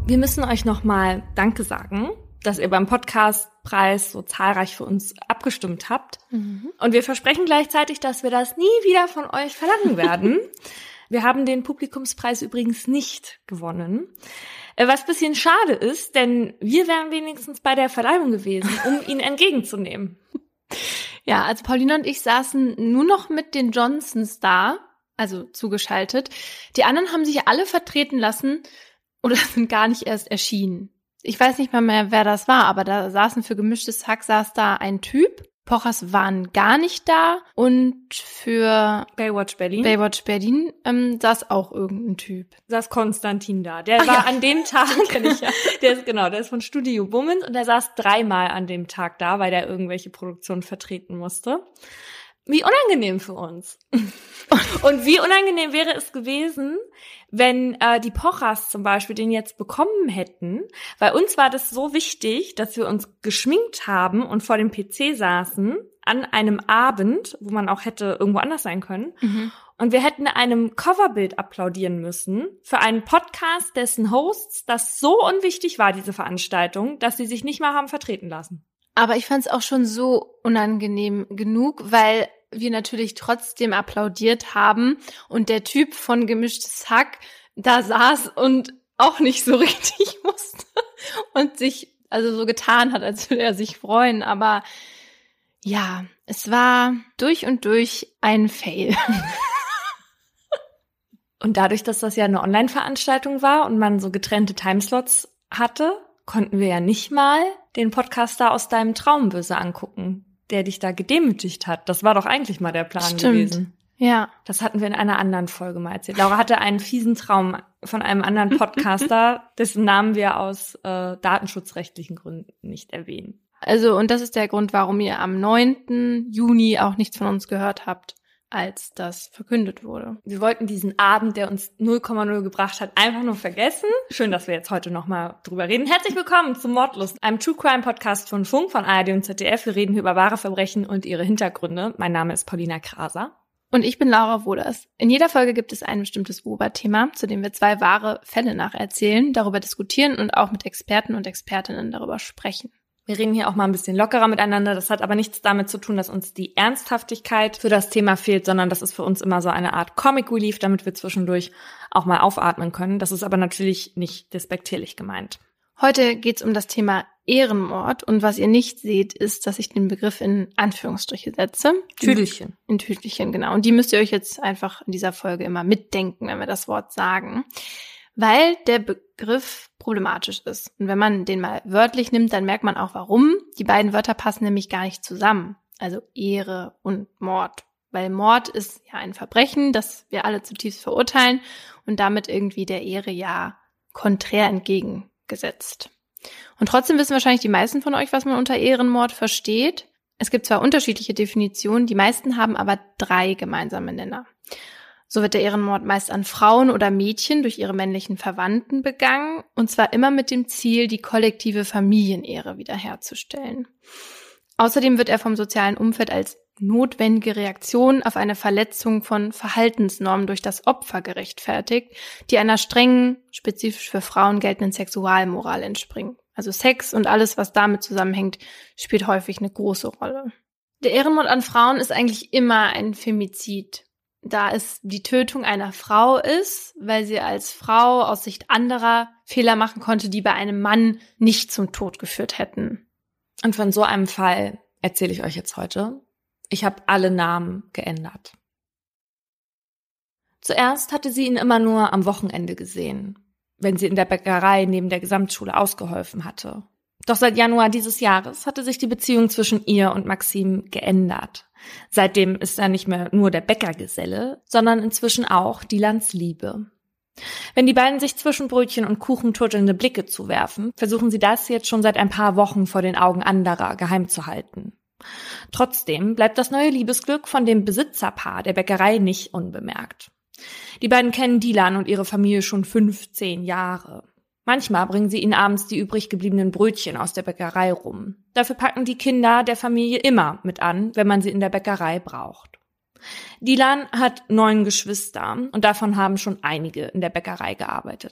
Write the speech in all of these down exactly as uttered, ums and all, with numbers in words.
Wir müssen euch nochmal Danke sagen, dass ihr beim Podcastpreis so zahlreich für uns abgestimmt habt. Mhm. Und wir versprechen gleichzeitig, dass wir das nie wieder von euch verlangen werden. Wir haben den Publikumspreis übrigens nicht gewonnen. Was ein bisschen schade ist, denn wir wären wenigstens bei der Verleihung gewesen, um ihn entgegenzunehmen. Ja, also Paulina und ich saßen nur noch mit den Johnsons da, also zugeschaltet. Die anderen haben sich alle vertreten lassen oder sind gar nicht erst erschienen. Ich weiß nicht mal mehr, wer das war, aber da saßen für gemischtes Hack, saß da ein Typ. Pochers waren gar nicht da und für Baywatch Berlin, Baywatch Berlin ähm, saß auch irgendein Typ. Saß Konstantin da. Der Ach war ja. an dem Tag, Den kenn ich ja. der ist genau, der ist von Studio Bummens und der saß dreimal an dem Tag da, weil der irgendwelche Produktionen vertreten musste. Wie unangenehm für uns. Und wie unangenehm wäre es gewesen, wenn äh, die Pochers zum Beispiel den jetzt bekommen hätten. Weil uns war das so wichtig, dass wir uns geschminkt haben und vor dem P C saßen an einem Abend, wo man auch hätte irgendwo anders sein können. Mhm. Und wir hätten einem Coverbild applaudieren müssen für einen Podcast, dessen Hosts das so unwichtig war, diese Veranstaltung, dass sie sich nicht mal haben vertreten lassen. Aber ich fand es auch schon so unangenehm genug, weil wir natürlich trotzdem applaudiert haben und der Typ von Gemischtes Hack da saß und auch nicht so richtig wusste und sich also so getan hat, als würde er sich freuen. Aber ja, es war durch und durch ein Fail. Und dadurch, dass das ja eine Online-Veranstaltung war und man so getrennte Timeslots hatte, konnten wir ja nicht mal den Podcaster aus deinem Traum böse angucken, der dich da gedemütigt hat. Das war doch eigentlich mal der Plan Stimmt. gewesen. Ja. Das hatten wir in einer anderen Folge mal erzählt. Laura hatte einen fiesen Traum von einem anderen Podcaster, dessen Namen wir aus äh, datenschutzrechtlichen Gründen nicht erwähnen. Also, und das ist der Grund, warum ihr am neunten Juni auch nichts von uns gehört habt, als das verkündet wurde. Wir wollten diesen Abend, der uns null Komma null gebracht hat, einfach nur vergessen. Schön, dass wir jetzt heute nochmal drüber reden. Herzlich willkommen zu Mordlust, einem True Crime Podcast von Funk, von A R D und Z D F. Wir reden hier über wahre Verbrechen und ihre Hintergründe. Mein Name ist Paulina Kraser. Und ich bin Laura Wohlers. In jeder Folge gibt es ein bestimmtes Oberthema, zu dem wir zwei wahre Fälle nacherzählen, darüber diskutieren und auch mit Experten und Expertinnen darüber sprechen. Wir reden hier auch mal ein bisschen lockerer miteinander. Das hat aber nichts damit zu tun, dass uns die Ernsthaftigkeit für das Thema fehlt, sondern das ist für uns immer so eine Art Comic Relief, damit wir zwischendurch auch mal aufatmen können. Das ist aber natürlich nicht despektierlich gemeint. Heute geht's um das Thema Ehrenmord und was ihr nicht seht, ist, dass ich den Begriff in Anführungsstriche setze. Tüdelchen. In Tüdelchen, genau. Und die müsst ihr euch jetzt einfach in dieser Folge immer mitdenken, wenn wir das Wort sagen. Weil der Begriff problematisch ist. Und wenn man den mal wörtlich nimmt, dann merkt man auch, warum. Die beiden Wörter passen nämlich gar nicht zusammen. Also Ehre und Mord. Weil Mord ist ja ein Verbrechen, das wir alle zutiefst verurteilen und damit irgendwie der Ehre ja konträr entgegengesetzt. Und trotzdem wissen wahrscheinlich die meisten von euch, was man unter Ehrenmord versteht. Es gibt zwar unterschiedliche Definitionen, die meisten haben aber drei gemeinsame Nenner. So wird der Ehrenmord meist an Frauen oder Mädchen durch ihre männlichen Verwandten begangen, und zwar immer mit dem Ziel, die kollektive Familienehre wiederherzustellen. Außerdem wird er vom sozialen Umfeld als notwendige Reaktion auf eine Verletzung von Verhaltensnormen durch das Opfer gerechtfertigt, die einer strengen, spezifisch für Frauen geltenden Sexualmoral entspringen. Also Sex und alles, was damit zusammenhängt, spielt häufig eine große Rolle. Der Ehrenmord an Frauen ist eigentlich immer ein Femizid, da es die Tötung einer Frau ist, weil sie als Frau aus Sicht anderer Fehler machen konnte, die bei einem Mann nicht zum Tod geführt hätten. Und von so einem Fall erzähle ich euch jetzt heute. Ich habe alle Namen geändert. Zuerst hatte sie ihn immer nur am Wochenende gesehen, wenn sie in der Bäckerei neben der Gesamtschule ausgeholfen hatte. Doch seit Januar dieses Jahres hatte sich die Beziehung zwischen ihr und Maxim geändert. Seitdem ist er nicht mehr nur der Bäckergeselle, sondern inzwischen auch Dilans Liebe. Wenn die beiden sich zwischen Brötchen und Kuchen turtelnde Blicke zuwerfen, versuchen sie das jetzt schon seit ein paar Wochen vor den Augen anderer geheim zu halten. Trotzdem bleibt das neue Liebesglück von dem Besitzerpaar der Bäckerei nicht unbemerkt. Die beiden kennen Dilan und ihre Familie schon fünfzehn Jahre. Manchmal bringen sie ihnen abends die übrig gebliebenen Brötchen aus der Bäckerei rum. Dafür packen die Kinder der Familie immer mit an, wenn man sie in der Bäckerei braucht. Dilan hat neun Geschwister und davon haben schon einige in der Bäckerei gearbeitet.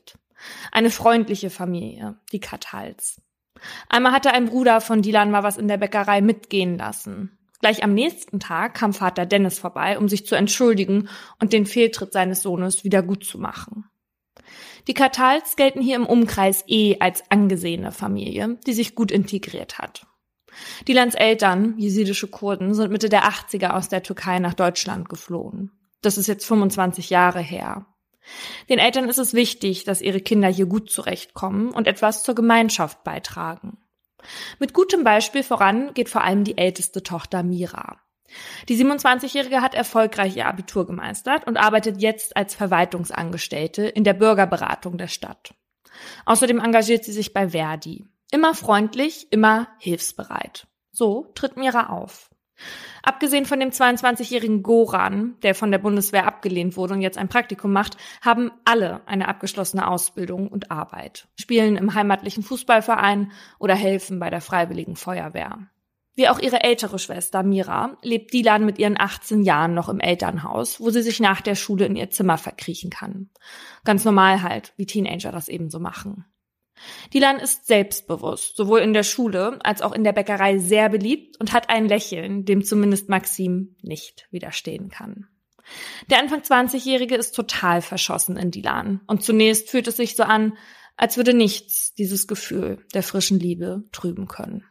Eine freundliche Familie, die Katals. Einmal hatte ein Bruder von Dilan mal was in der Bäckerei mitgehen lassen. Gleich am nächsten Tag kam Vater Dennis vorbei, um sich zu entschuldigen und den Fehltritt seines Sohnes wieder gut zu machen. Die Katals gelten hier im Umkreis eh als angesehene Familie, die sich gut integriert hat. Dilans Eltern, jesidische Kurden, sind Mitte der achtziger aus der Türkei nach Deutschland geflohen. Das ist jetzt fünfundzwanzig Jahre her. Den Eltern ist es wichtig, dass ihre Kinder hier gut zurechtkommen und etwas zur Gemeinschaft beitragen. Mit gutem Beispiel voran geht vor allem die älteste Tochter Mira. Die siebenundzwanzigjährige hat erfolgreich ihr Abitur gemeistert und arbeitet jetzt als Verwaltungsangestellte in der Bürgerberatung der Stadt. Außerdem engagiert sie sich bei Verdi. Immer freundlich, immer hilfsbereit. So tritt Mira auf. Abgesehen von dem zweiundzwanzigjährigen Goran, der von der Bundeswehr abgelehnt wurde und jetzt ein Praktikum macht, haben alle eine abgeschlossene Ausbildung und Arbeit, spielen im heimatlichen Fußballverein oder helfen bei der Freiwilligen Feuerwehr. Wie auch ihre ältere Schwester Mira lebt Dilan mit ihren achtzehn Jahren noch im Elternhaus, wo sie sich nach der Schule in ihr Zimmer verkriechen kann. Ganz normal halt, wie Teenager das eben so machen. Dilan ist selbstbewusst, sowohl in der Schule als auch in der Bäckerei sehr beliebt und hat ein Lächeln, dem zumindest Maxim nicht widerstehen kann. Der Anfang zwanzigjährige ist total verschossen in Dilan und zunächst fühlt es sich so an, als würde nichts dieses Gefühl der frischen Liebe trüben können.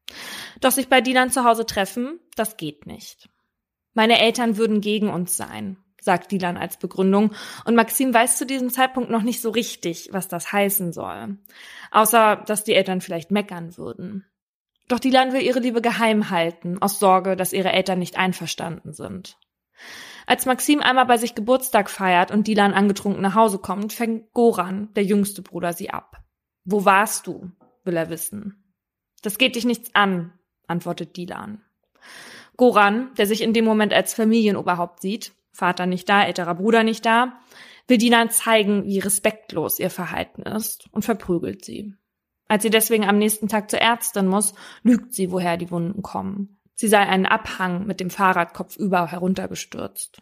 Doch sich bei Dilan zu Hause treffen, das geht nicht. Meine Eltern würden gegen uns sein, sagt Dilan als Begründung, und Maxim weiß zu diesem Zeitpunkt noch nicht so richtig, was das heißen soll. Außer, dass die Eltern vielleicht meckern würden. Doch Dilan will ihre Liebe geheim halten, aus Sorge, dass ihre Eltern nicht einverstanden sind. Als Maxim einmal bei sich Geburtstag feiert und Dilan angetrunken nach Hause kommt, fängt Goran, der jüngste Bruder, sie ab. »Wo warst du?« will er wissen. »Das geht dich nichts an«, antwortet Dilan. Goran, der sich in dem Moment als Familienoberhaupt sieht, Vater nicht da, älterer Bruder nicht da, will Dilan zeigen, wie respektlos ihr Verhalten ist und verprügelt sie. Als sie deswegen am nächsten Tag zur Ärztin muss, lügt sie, woher die Wunden kommen. Sie sei einen Abhang mit dem Fahrrad kopfüber heruntergestürzt.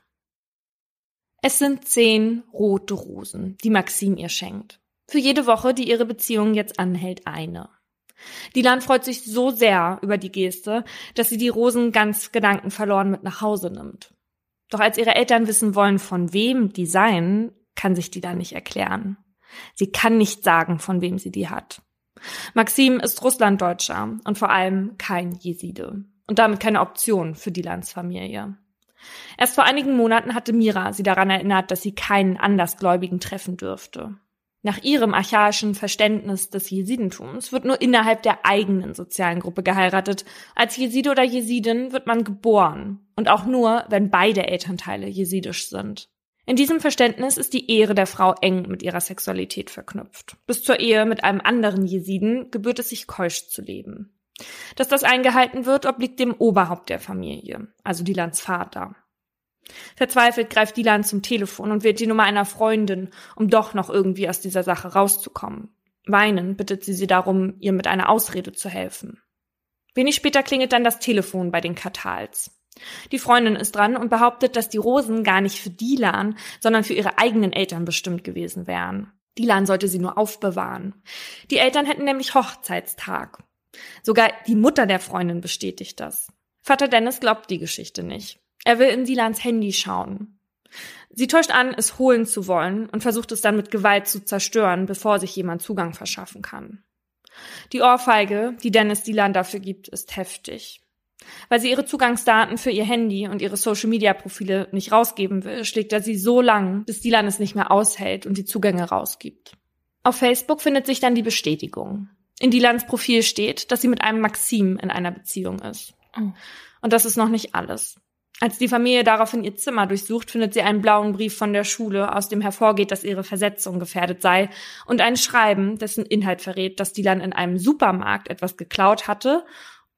Es sind zehn rote Rosen, die Maxim ihr schenkt. Für jede Woche, die ihre Beziehung jetzt anhält, eine. Dilan freut sich so sehr über die Geste, dass sie die Rosen ganz gedankenverloren mit nach Hause nimmt. Doch als ihre Eltern wissen wollen, von wem die seien, kann sich Dilan nicht erklären. Sie kann nicht sagen, von wem sie die hat. Maxim ist Russlanddeutscher und vor allem kein Jeside und damit keine Option für Dilans Familie. Erst vor einigen Monaten hatte Mira sie daran erinnert, dass sie keinen Andersgläubigen treffen dürfte. Nach ihrem archaischen Verständnis des Jesidentums wird nur innerhalb der eigenen sozialen Gruppe geheiratet. Als Jeside oder Jesidin wird man geboren. Und auch nur, wenn beide Elternteile jesidisch sind. In diesem Verständnis ist die Ehre der Frau eng mit ihrer Sexualität verknüpft. Bis zur Ehe mit einem anderen Jesiden gebührt es sich keusch zu leben. Dass das eingehalten wird, obliegt dem Oberhaupt der Familie, also Dilans Vater. Verzweifelt greift Dilan zum Telefon und wählt die Nummer einer Freundin, um doch noch irgendwie aus dieser Sache rauszukommen. Weinend bittet sie sie darum, ihr mit einer Ausrede zu helfen. Wenig später klingelt dann das Telefon bei den Katals. Die Freundin ist dran und behauptet, dass die Rosen gar nicht für Dilan, sondern für ihre eigenen Eltern bestimmt gewesen wären. Dilan sollte sie nur aufbewahren. Die Eltern hätten nämlich Hochzeitstag. Sogar die Mutter der Freundin bestätigt das. Vater Dennis glaubt die Geschichte nicht. Er will in Dilans Handy schauen. Sie täuscht an, es holen zu wollen und versucht es dann mit Gewalt zu zerstören, bevor sich jemand Zugang verschaffen kann. Die Ohrfeige, die Dennis Dilan dafür gibt, ist heftig. Weil sie ihre Zugangsdaten für ihr Handy und ihre Social-Media-Profile nicht rausgeben will, schlägt er sie so lang, bis Dilan es nicht mehr aushält und die Zugänge rausgibt. Auf Facebook findet sich dann die Bestätigung. In Dilans Profil steht, dass sie mit einem Maxim in einer Beziehung ist. Oh. Und das ist noch nicht alles. Als die Familie daraufhin ihr Zimmer durchsucht, findet sie einen blauen Brief von der Schule, aus dem hervorgeht, dass ihre Versetzung gefährdet sei, und ein Schreiben, dessen Inhalt verrät, dass Dilan in einem Supermarkt etwas geklaut hatte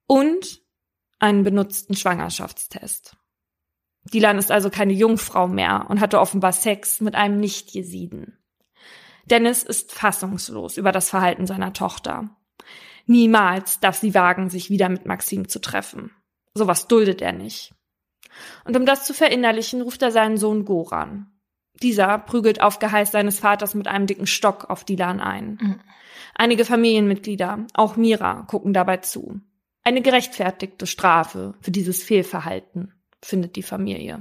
und einen benutzten Schwangerschaftstest. Dilan ist also keine Jungfrau mehr und hatte offenbar Sex mit einem Nicht-Jesiden. Dennis ist fassungslos über das Verhalten seiner Tochter. Niemals darf sie wagen, sich wieder mit Maxim zu treffen. Sowas duldet er nicht. Und um das zu verinnerlichen, ruft er seinen Sohn Goran. Dieser prügelt auf Geheiß seines Vaters mit einem dicken Stock auf Dilan ein. Mhm. Einige Familienmitglieder, auch Mira, gucken dabei zu. Eine gerechtfertigte Strafe für dieses Fehlverhalten, findet die Familie.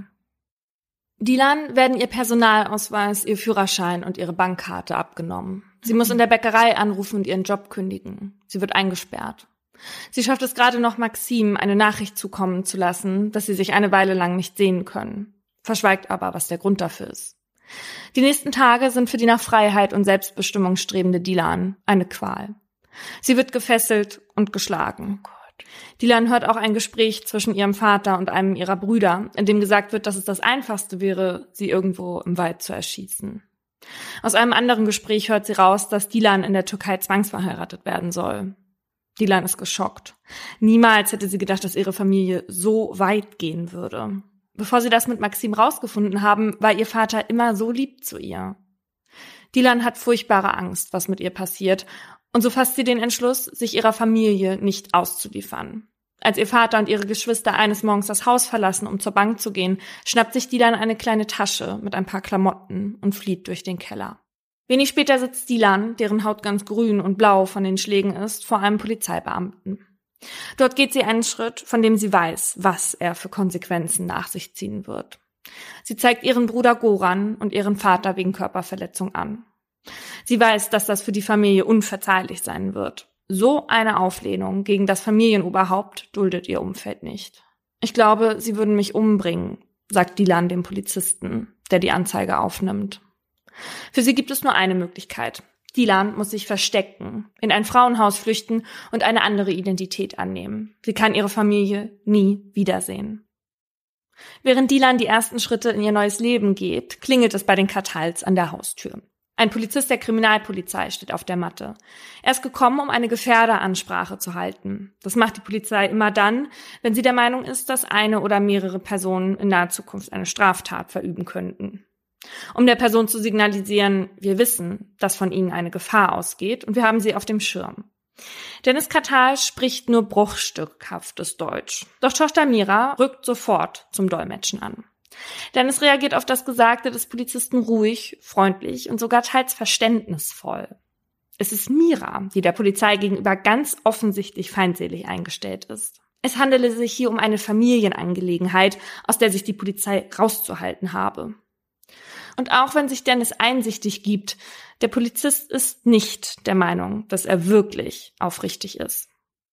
Dilan werden ihr Personalausweis, ihr Führerschein und ihre Bankkarte abgenommen. Sie muss in der Bäckerei anrufen und ihren Job kündigen. Sie wird eingesperrt. Sie schafft es gerade noch, Maxim eine Nachricht zukommen zu lassen, dass sie sich eine Weile lang nicht sehen können. Verschweigt aber, was der Grund dafür ist. Die nächsten Tage sind für die nach Freiheit und Selbstbestimmung strebende Dilan eine Qual. Sie wird gefesselt und geschlagen. Dilan hört auch ein Gespräch zwischen ihrem Vater und einem ihrer Brüder, in dem gesagt wird, dass es das Einfachste wäre, sie irgendwo im Wald zu erschießen. Aus einem anderen Gespräch hört sie raus, dass Dilan in der Türkei zwangsverheiratet werden soll. Dilan ist geschockt. Niemals hätte sie gedacht, dass ihre Familie so weit gehen würde. Bevor sie das mit Maxim rausgefunden haben, war ihr Vater immer so lieb zu ihr. Dilan hat furchtbare Angst, was mit ihr passiert, und so fasst sie den Entschluss, sich ihrer Familie nicht auszuliefern. Als ihr Vater und ihre Geschwister eines Morgens das Haus verlassen, um zur Bank zu gehen, schnappt sich Dilan eine kleine Tasche mit ein paar Klamotten und flieht durch den Keller. Wenig später sitzt Dilan, deren Haut ganz grün und blau von den Schlägen ist, vor einem Polizeibeamten. Dort geht sie einen Schritt, von dem sie weiß, was er für Konsequenzen nach sich ziehen wird. Sie zeigt ihren Bruder Goran und ihren Vater wegen Körperverletzung an. Sie weiß, dass das für die Familie unverzeihlich sein wird. So eine Auflehnung gegen das Familienoberhaupt duldet ihr Umfeld nicht. Ich glaube, sie würden mich umbringen, sagt Dilan dem Polizisten, der die Anzeige aufnimmt. Für sie gibt es nur eine Möglichkeit. Dilan muss sich verstecken, in ein Frauenhaus flüchten und eine andere Identität annehmen. Sie kann ihre Familie nie wiedersehen. Während Dilan die ersten Schritte in ihr neues Leben geht, klingelt es bei den Kartals an der Haustür. Ein Polizist der Kriminalpolizei steht auf der Matte. Er ist gekommen, um eine Gefährderansprache zu halten. Das macht die Polizei immer dann, wenn sie der Meinung ist, dass eine oder mehrere Personen in naher Zukunft eine Straftat verüben könnten. Um der Person zu signalisieren, wir wissen, dass von ihnen eine Gefahr ausgeht und wir haben sie auf dem Schirm. Dennis Kartal spricht nur bruchstückhaftes Deutsch. Doch Tochter Mira rückt sofort zum Dolmetschen an. Dennis reagiert auf das Gesagte des Polizisten ruhig, freundlich und sogar teils verständnisvoll. Es ist Mira, die der Polizei gegenüber ganz offensichtlich feindselig eingestellt ist. Es handele sich hier um eine Familienangelegenheit, aus der sich die Polizei rauszuhalten habe. Und auch wenn sich Dennis einsichtig gibt, der Polizist ist nicht der Meinung, dass er wirklich aufrichtig ist.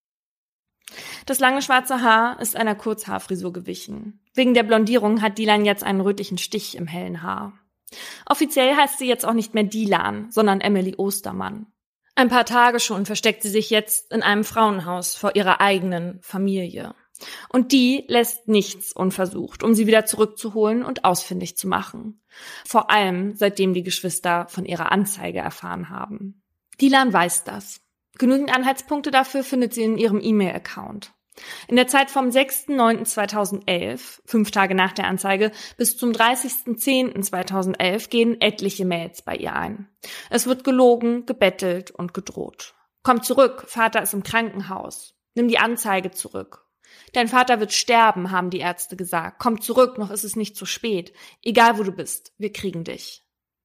Das lange schwarze Haar ist einer Kurzhaarfrisur gewichen. Wegen der Blondierung hat Dilan jetzt einen rötlichen Stich im hellen Haar. Offiziell heißt sie jetzt auch nicht mehr Dilan, sondern Emily Ostermann. Ein paar Tage schon versteckt sie sich jetzt in einem Frauenhaus vor ihrer eigenen Familie. Und die lässt nichts unversucht, um sie wieder zurückzuholen und ausfindig zu machen. Vor allem, seitdem die Geschwister von ihrer Anzeige erfahren haben. Dilan weiß das. Genügend Anhaltspunkte dafür findet sie in ihrem E-Mail-Account. In der Zeit vom sechsten neunten zweitausendelf, fünf Tage nach der Anzeige, bis zum dreißigsten zehnten zweitausendelf gehen etliche Mails bei ihr ein. Es wird gelogen, gebettelt und gedroht. Komm zurück, Vater ist im Krankenhaus. Nimm die Anzeige zurück. Dein Vater wird sterben, haben die Ärzte gesagt. Komm zurück, noch ist es nicht zu spät. Egal wo du bist, wir kriegen dich.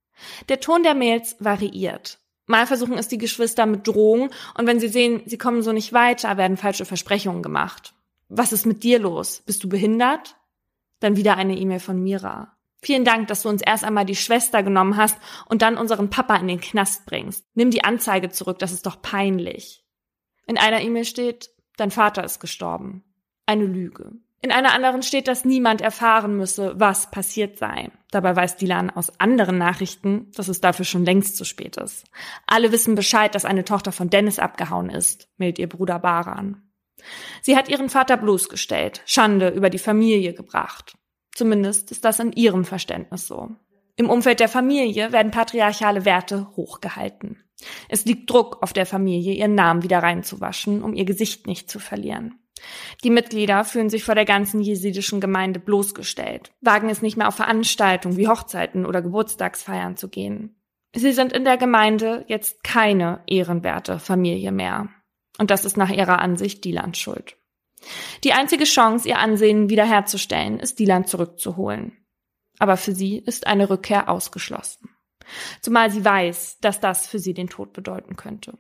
Der Ton der Mails variiert. Mal versuchen es die Geschwister mit Drohungen und wenn sie sehen, sie kommen so nicht weiter, werden falsche Versprechungen gemacht. Was ist mit dir los? Bist du behindert? Dann wieder eine E-Mail von Mira. Vielen Dank, dass du uns erst einmal die Schwester genommen hast und dann unseren Papa in den Knast bringst. Nimm die Anzeige zurück, das ist doch peinlich. In einer E-Mail steht, dein Vater ist gestorben. Eine Lüge. In einer anderen steht, dass niemand erfahren müsse, was passiert sei. Dabei weiß Dilan aus anderen Nachrichten, dass es dafür schon längst zu spät ist. Alle wissen Bescheid, dass eine Tochter von Dennis abgehauen ist, meldet ihr Bruder Baran. Sie hat ihren Vater bloßgestellt, Schande über die Familie gebracht. Zumindest ist das in ihrem Verständnis so. Im Umfeld der Familie werden patriarchale Werte hochgehalten. Es liegt Druck auf der Familie, ihren Namen wieder reinzuwaschen, um ihr Gesicht nicht zu verlieren. Die Mitglieder fühlen sich vor der ganzen jesidischen Gemeinde bloßgestellt, wagen es nicht mehr auf Veranstaltungen wie Hochzeiten oder Geburtstagsfeiern zu gehen. Sie sind in der Gemeinde jetzt keine ehrenwerte Familie mehr. Und das ist nach ihrer Ansicht Dilans Schuld. Die einzige Chance, ihr Ansehen wiederherzustellen, ist Dilan zurückzuholen. aber für sie ist eine Rückkehr ausgeschlossen. Zumal sie weiß, dass das für sie den Tod bedeuten könnte.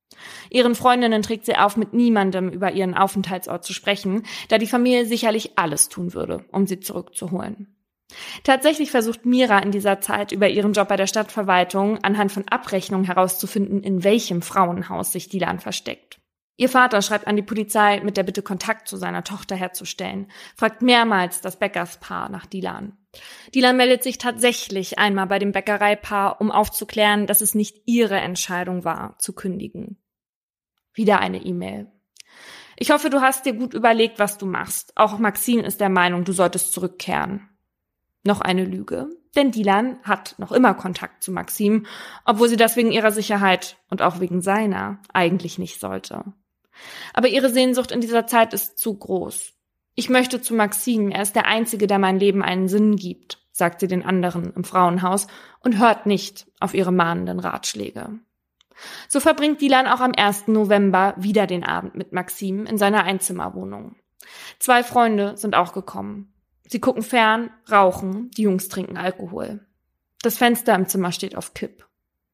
Ihren Freundinnen trägt sie auf, mit niemandem über ihren Aufenthaltsort zu sprechen, da die Familie sicherlich alles tun würde, um sie zurückzuholen. Tatsächlich versucht Mira in dieser Zeit über ihren Job bei der Stadtverwaltung anhand von Abrechnungen herauszufinden, in welchem Frauenhaus sich Dilan versteckt. Ihr Vater schreibt an die Polizei mit der Bitte, Kontakt zu seiner Tochter herzustellen, fragt mehrmals das Bäckerspaar nach Dilan. Dilan meldet sich tatsächlich einmal bei dem Bäckereipaar, um aufzuklären, dass es nicht ihre Entscheidung war, zu kündigen. Wieder eine E-Mail. Ich hoffe, du hast dir gut überlegt, was du machst. Auch Maxime ist der Meinung, du solltest zurückkehren. Noch eine Lüge, denn Dilan hat noch immer Kontakt zu Maxime, obwohl sie das wegen ihrer Sicherheit und auch wegen seiner eigentlich nicht sollte. Aber ihre Sehnsucht in dieser Zeit ist zu groß. Ich möchte zu Maxime, er ist der Einzige, der mein Leben einen Sinn gibt, sagt sie den anderen im Frauenhaus und hört nicht auf ihre mahnenden Ratschläge. So verbringt Dilan auch am ersten November wieder den Abend mit Maxime in seiner Einzimmerwohnung. Zwei Freunde sind auch gekommen. Sie gucken fern, rauchen, die Jungs trinken Alkohol. Das Fenster im Zimmer steht auf Kipp.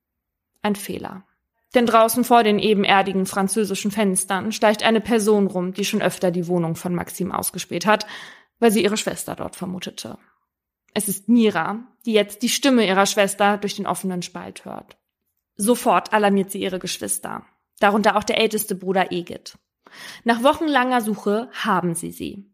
Ein Fehler. Denn draußen vor den ebenerdigen französischen Fenstern schleicht eine Person rum, die schon öfter die Wohnung von Maxime ausgespäht hat, weil sie ihre Schwester dort vermutete. Es ist Mira, die jetzt die Stimme ihrer Schwester durch den offenen Spalt hört. Sofort alarmiert sie ihre Geschwister, darunter auch der älteste Bruder Egid. Nach wochenlanger Suche haben sie sie.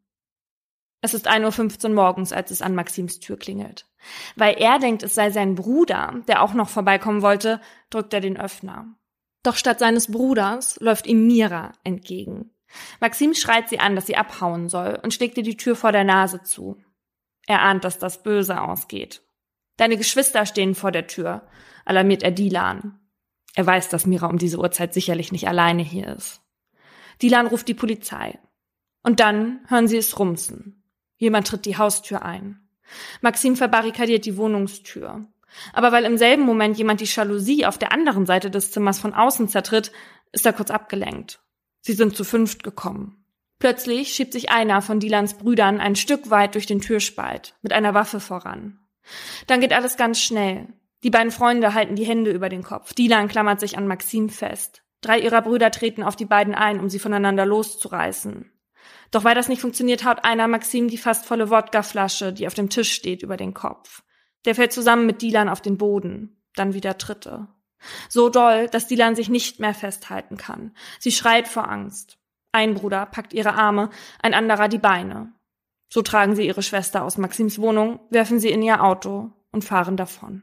Es ist ein Uhr fünfzehn morgens, als es an Maximes Tür klingelt. Weil er denkt, es sei sein Bruder, der auch noch vorbeikommen wollte, drückt er den Öffner. Doch statt seines Bruders läuft ihm Mira entgegen. Maxime schreit sie an, dass sie abhauen soll und schlägt ihr die Tür vor der Nase zu. Er ahnt, dass das böse ausgeht. Deine Geschwister stehen vor der Tür, alarmiert er Dilan. Er weiß, dass Mira um diese Uhrzeit sicherlich nicht alleine hier ist. Dilan ruft die Polizei. Und dann hören sie es rumsen. Jemand tritt die Haustür ein. Maxime verbarrikadiert die Wohnungstür. Aber weil im selben Moment jemand die Jalousie auf der anderen Seite des Zimmers von außen zertritt, ist er kurz abgelenkt. Sie sind zu fünft gekommen. Plötzlich schiebt sich einer von Dilans Brüdern ein Stück weit durch den Türspalt, mit einer Waffe voran. Dann geht alles ganz schnell. Die beiden Freunde halten die Hände über den Kopf. Dilan klammert sich an Maxime fest. Drei ihrer Brüder treten auf die beiden ein, um sie voneinander loszureißen. Doch weil das nicht funktioniert, haut einer Maxime die fast volle Wodkaflasche, die auf dem Tisch steht, über den Kopf. Der fällt zusammen mit Dilan auf den Boden. Dann wieder Dritte. So doll, dass Dilan sich nicht mehr festhalten kann. Sie schreit vor Angst. Ein Bruder packt ihre Arme, ein anderer die Beine. So tragen sie ihre Schwester aus Maximes Wohnung, werfen sie in ihr Auto und fahren davon.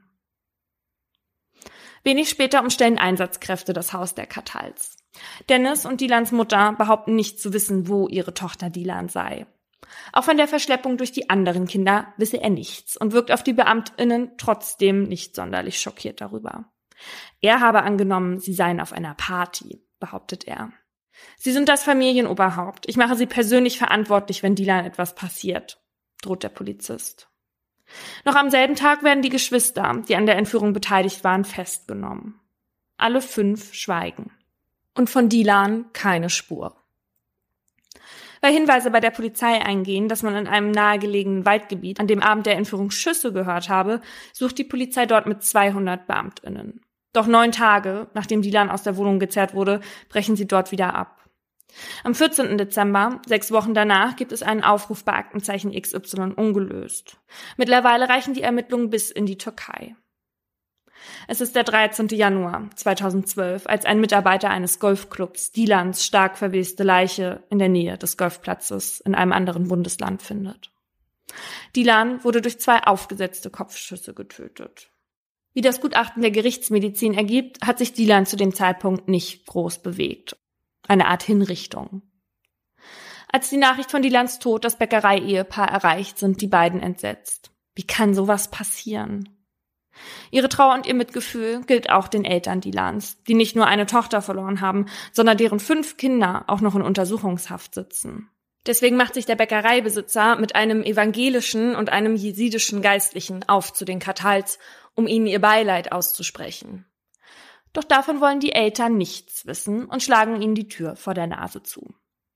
Wenig später umstellen Einsatzkräfte das Haus der Catals. Dennis und Dilans Mutter behaupten nicht zu wissen, wo ihre Tochter Dilan sei. Auch von der Verschleppung durch die anderen Kinder wisse er nichts und wirkt auf die BeamtInnen trotzdem nicht sonderlich schockiert darüber. Er habe angenommen, sie seien auf einer Party, behauptet er. Sie sind das Familienoberhaupt. Ich mache sie persönlich verantwortlich, wenn Dilan etwas passiert, droht der Polizist. Noch am selben Tag werden die Geschwister, die an der Entführung beteiligt waren, festgenommen. Alle fünf schweigen. Und von Dilan keine Spur. Weil Hinweise bei der Polizei eingehen, dass man in einem nahegelegenen Waldgebiet an dem Abend der Entführung Schüsse gehört habe, sucht die Polizei dort mit zweihundert BeamtInnen. Doch neun Tage, nachdem Dilan aus der Wohnung gezerrt wurde, brechen sie dort wieder ab. Am vierzehnten Dezember, sechs Wochen danach, gibt es einen Aufruf bei Aktenzeichen X Y ungelöst. Mittlerweile reichen die Ermittlungen bis in die Türkei. Es ist der dreizehnten Januar zweitausendzwölf, als ein Mitarbeiter eines Golfclubs Dilans stark verweste Leiche in der Nähe des Golfplatzes in einem anderen Bundesland findet. Dilan wurde durch zwei aufgesetzte Kopfschüsse getötet. Wie das Gutachten der Gerichtsmedizin ergibt, hat sich Dilan zu dem Zeitpunkt nicht groß bewegt. Eine Art Hinrichtung. Als die Nachricht von Dilans Tod das Bäckerei-Ehepaar erreicht, sind die beiden entsetzt. Wie kann sowas passieren? Ihre Trauer und ihr Mitgefühl gilt auch den Eltern Dilans, die nicht nur eine Tochter verloren haben, sondern deren fünf Kinder auch noch in Untersuchungshaft sitzen. Deswegen macht sich der Bäckereibesitzer mit einem evangelischen und einem jesidischen Geistlichen auf zu den Catals, um ihnen ihr Beileid auszusprechen. Doch davon wollen die Eltern nichts wissen und schlagen ihnen die Tür vor der Nase zu.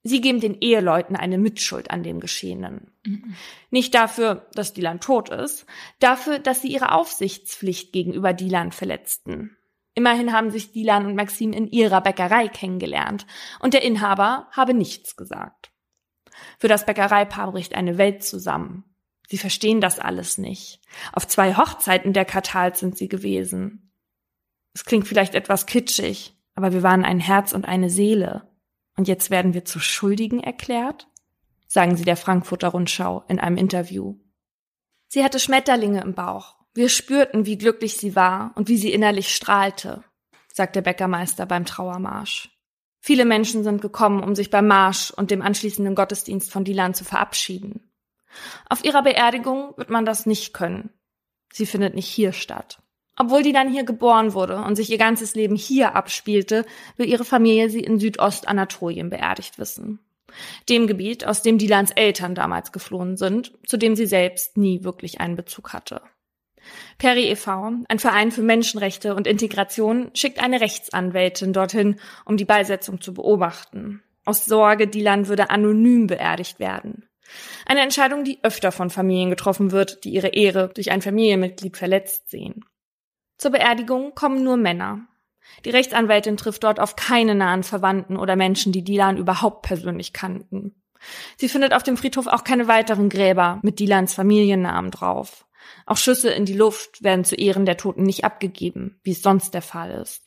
Sie geben den Eheleuten eine Mitschuld an dem Geschehenen. Mhm. Nicht dafür, dass Dilan tot ist, dafür, dass sie ihre Aufsichtspflicht gegenüber Dilan verletzten. Immerhin haben sich Dilan und Maxime in ihrer Bäckerei kennengelernt und der Inhaber habe nichts gesagt. Für das Bäckereipaar bricht eine Welt zusammen. Sie verstehen das alles nicht. Auf zwei Hochzeiten der Katals sind sie gewesen. Es klingt vielleicht etwas kitschig, aber wir waren ein Herz und eine Seele. Und jetzt werden wir zu Schuldigen erklärt? Sagen sie der Frankfurter Rundschau in einem Interview. Sie hatte Schmetterlinge im Bauch. Wir spürten, wie glücklich sie war und wie sie innerlich strahlte, sagt der Bäckermeister beim Trauermarsch. Viele Menschen sind gekommen, um sich beim Marsch und dem anschließenden Gottesdienst von Dilan zu verabschieden. Auf ihrer Beerdigung wird man das nicht können. Sie findet nicht hier statt. Obwohl Dilan hier geboren wurde und sich ihr ganzes Leben hier abspielte, will ihre Familie sie in Südostanatolien beerdigt wissen. Dem Gebiet, aus dem Dilans Eltern damals geflohen sind, zu dem sie selbst nie wirklich einen Bezug hatte. Peri e V, ein Verein für Menschenrechte und Integration, schickt eine Rechtsanwältin dorthin, um die Beisetzung zu beobachten. Aus Sorge, Dilan würde anonym beerdigt werden. Eine Entscheidung, die öfter von Familien getroffen wird, die ihre Ehre durch ein Familienmitglied verletzt sehen. Zur Beerdigung kommen nur Männer. Die Rechtsanwältin trifft dort auf keine nahen Verwandten oder Menschen, die Dilan überhaupt persönlich kannten. Sie findet auf dem Friedhof auch keine weiteren Gräber mit Dilans Familiennamen drauf. Auch Schüsse in die Luft werden zu Ehren der Toten nicht abgegeben, wie es sonst der Fall ist.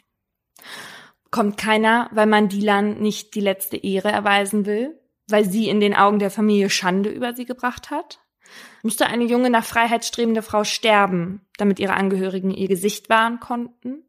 Kommt keiner, weil man Dilan nicht die letzte Ehre erweisen will? Weil sie in den Augen der Familie Schande über sie gebracht hat? Musste eine junge, nach Freiheit strebende Frau sterben, damit ihre Angehörigen ihr Gesicht wahren konnten?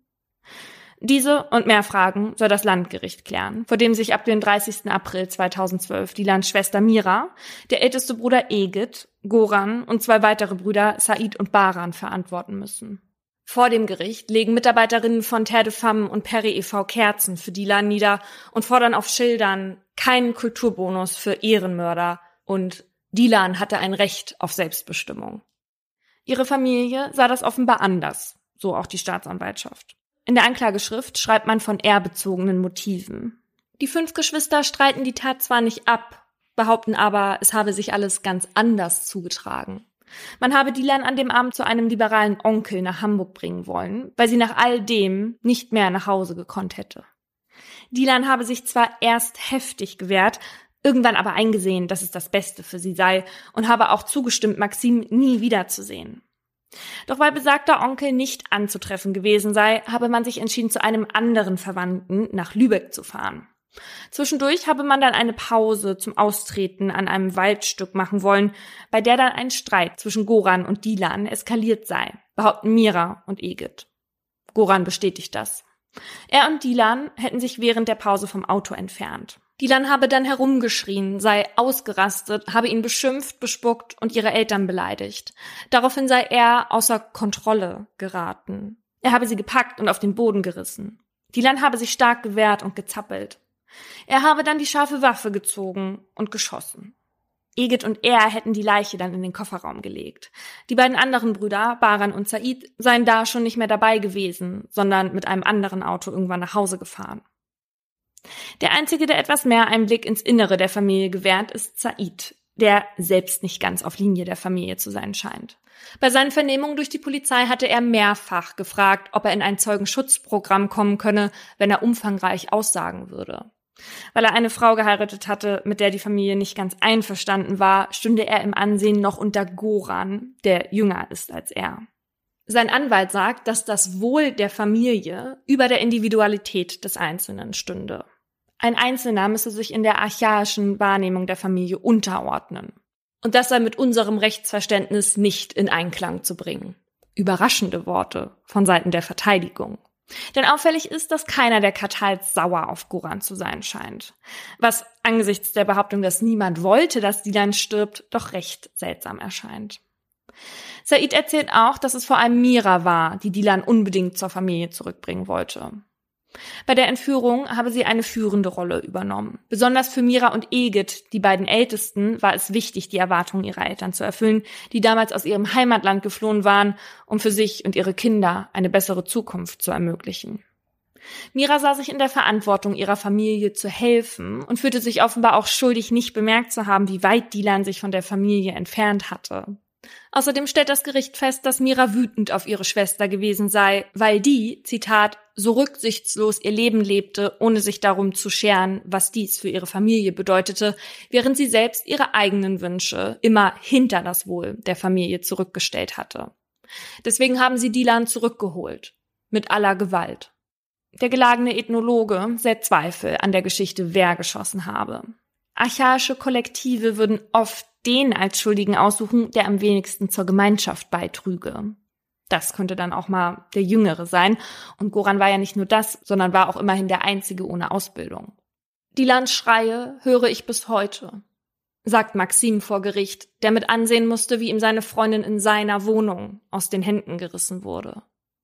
Diese und mehr Fragen soll das Landgericht klären, vor dem sich ab dem dreißigsten April zweitausendzwölf Dilans Schwester Mira, der älteste Bruder Egit, Goran und zwei weitere Brüder Said und Baran verantworten müssen. Vor dem Gericht legen Mitarbeiterinnen von Terre de Femme und Peri e V Kerzen für Dilan nieder und fordern auf Schildern keinen Kulturbonus für Ehrenmörder und Dilan hatte ein Recht auf Selbstbestimmung. Ihre Familie sah das offenbar anders, so auch die Staatsanwaltschaft. In der Anklageschrift schreibt man von ehrbezogenen Motiven. Die fünf Geschwister streiten die Tat zwar nicht ab, behaupten aber, es habe sich alles ganz anders zugetragen. Man habe Dilan an dem Abend zu einem liberalen Onkel nach Hamburg bringen wollen, weil sie nach all dem nicht mehr nach Hause gekonnt hätte. Dilan habe sich zwar erst heftig gewehrt, irgendwann aber eingesehen, dass es das Beste für sie sei und habe auch zugestimmt, Maxime nie wiederzusehen. Doch weil besagter Onkel nicht anzutreffen gewesen sei, habe man sich entschieden, zu einem anderen Verwandten nach Lübeck zu fahren. Zwischendurch habe man dann eine Pause zum Austreten an einem Waldstück machen wollen, bei der dann ein Streit zwischen Goran und Dilan eskaliert sei, behaupten Mira und Egit. Goran bestätigt das. Er und Dilan hätten sich während der Pause vom Auto entfernt. Dilan habe dann herumgeschrien, sei ausgerastet, habe ihn beschimpft, bespuckt und ihre Eltern beleidigt. Daraufhin sei er außer Kontrolle geraten. Er habe sie gepackt und auf den Boden gerissen. Dilan habe sich stark gewehrt und gezappelt. Er habe dann die scharfe Waffe gezogen und geschossen. Egit und er hätten die Leiche dann in den Kofferraum gelegt. Die beiden anderen Brüder, Baran und Said, seien da schon nicht mehr dabei gewesen, sondern mit einem anderen Auto irgendwann nach Hause gefahren. Der Einzige, der etwas mehr Einblick ins Innere der Familie gewährt, ist Said, der selbst nicht ganz auf Linie der Familie zu sein scheint. Bei seinen Vernehmungen durch die Polizei hatte er mehrfach gefragt, ob er in ein Zeugenschutzprogramm kommen könne, wenn er umfangreich aussagen würde. Weil er eine Frau geheiratet hatte, mit der die Familie nicht ganz einverstanden war, stünde er im Ansehen noch unter Goran, der jünger ist als er. Sein Anwalt sagt, dass das Wohl der Familie über der Individualität des Einzelnen stünde. Ein Einzelner müsse sich in der archaischen Wahrnehmung der Familie unterordnen. Und das sei mit unserem Rechtsverständnis nicht in Einklang zu bringen. Überraschende Worte von Seiten der Verteidigung. Denn auffällig ist, dass keiner der Katals sauer auf Goran zu sein scheint. Was angesichts der Behauptung, dass niemand wollte, dass Dilan stirbt, doch recht seltsam erscheint. Said erzählt auch, dass es vor allem Mira war, die Dilan unbedingt zur Familie zurückbringen wollte. Bei der Entführung habe sie eine führende Rolle übernommen. Besonders für Mira und Egit, die beiden Ältesten, war es wichtig, die Erwartungen ihrer Eltern zu erfüllen, die damals aus ihrem Heimatland geflohen waren, um für sich und ihre Kinder eine bessere Zukunft zu ermöglichen. Mira sah sich in der Verantwortung, ihrer Familie zu helfen und fühlte sich offenbar auch schuldig, nicht bemerkt zu haben, wie weit Dilan sich von der Familie entfernt hatte. Außerdem stellt das Gericht fest, dass Mira wütend auf ihre Schwester gewesen sei, weil die, Zitat, so rücksichtslos ihr Leben lebte, ohne sich darum zu scheren, was dies für ihre Familie bedeutete, während sie selbst ihre eigenen Wünsche immer hinter das Wohl der Familie zurückgestellt hatte. Deswegen haben sie Dilan zurückgeholt. Mit aller Gewalt. Der gelagene Ethnologe sät Zweifel an der Geschichte, wer geschossen habe. Archaische Kollektive würden oft den als Schuldigen aussuchen, der am wenigsten zur Gemeinschaft beitrüge. Das könnte dann auch mal der Jüngere sein. Und Goran war ja nicht nur das, sondern war auch immerhin der Einzige ohne Ausbildung. Dilans Schreie höre ich bis heute, sagt Maxim vor Gericht, der mit ansehen musste, wie ihm seine Freundin in seiner Wohnung aus den Händen gerissen wurde.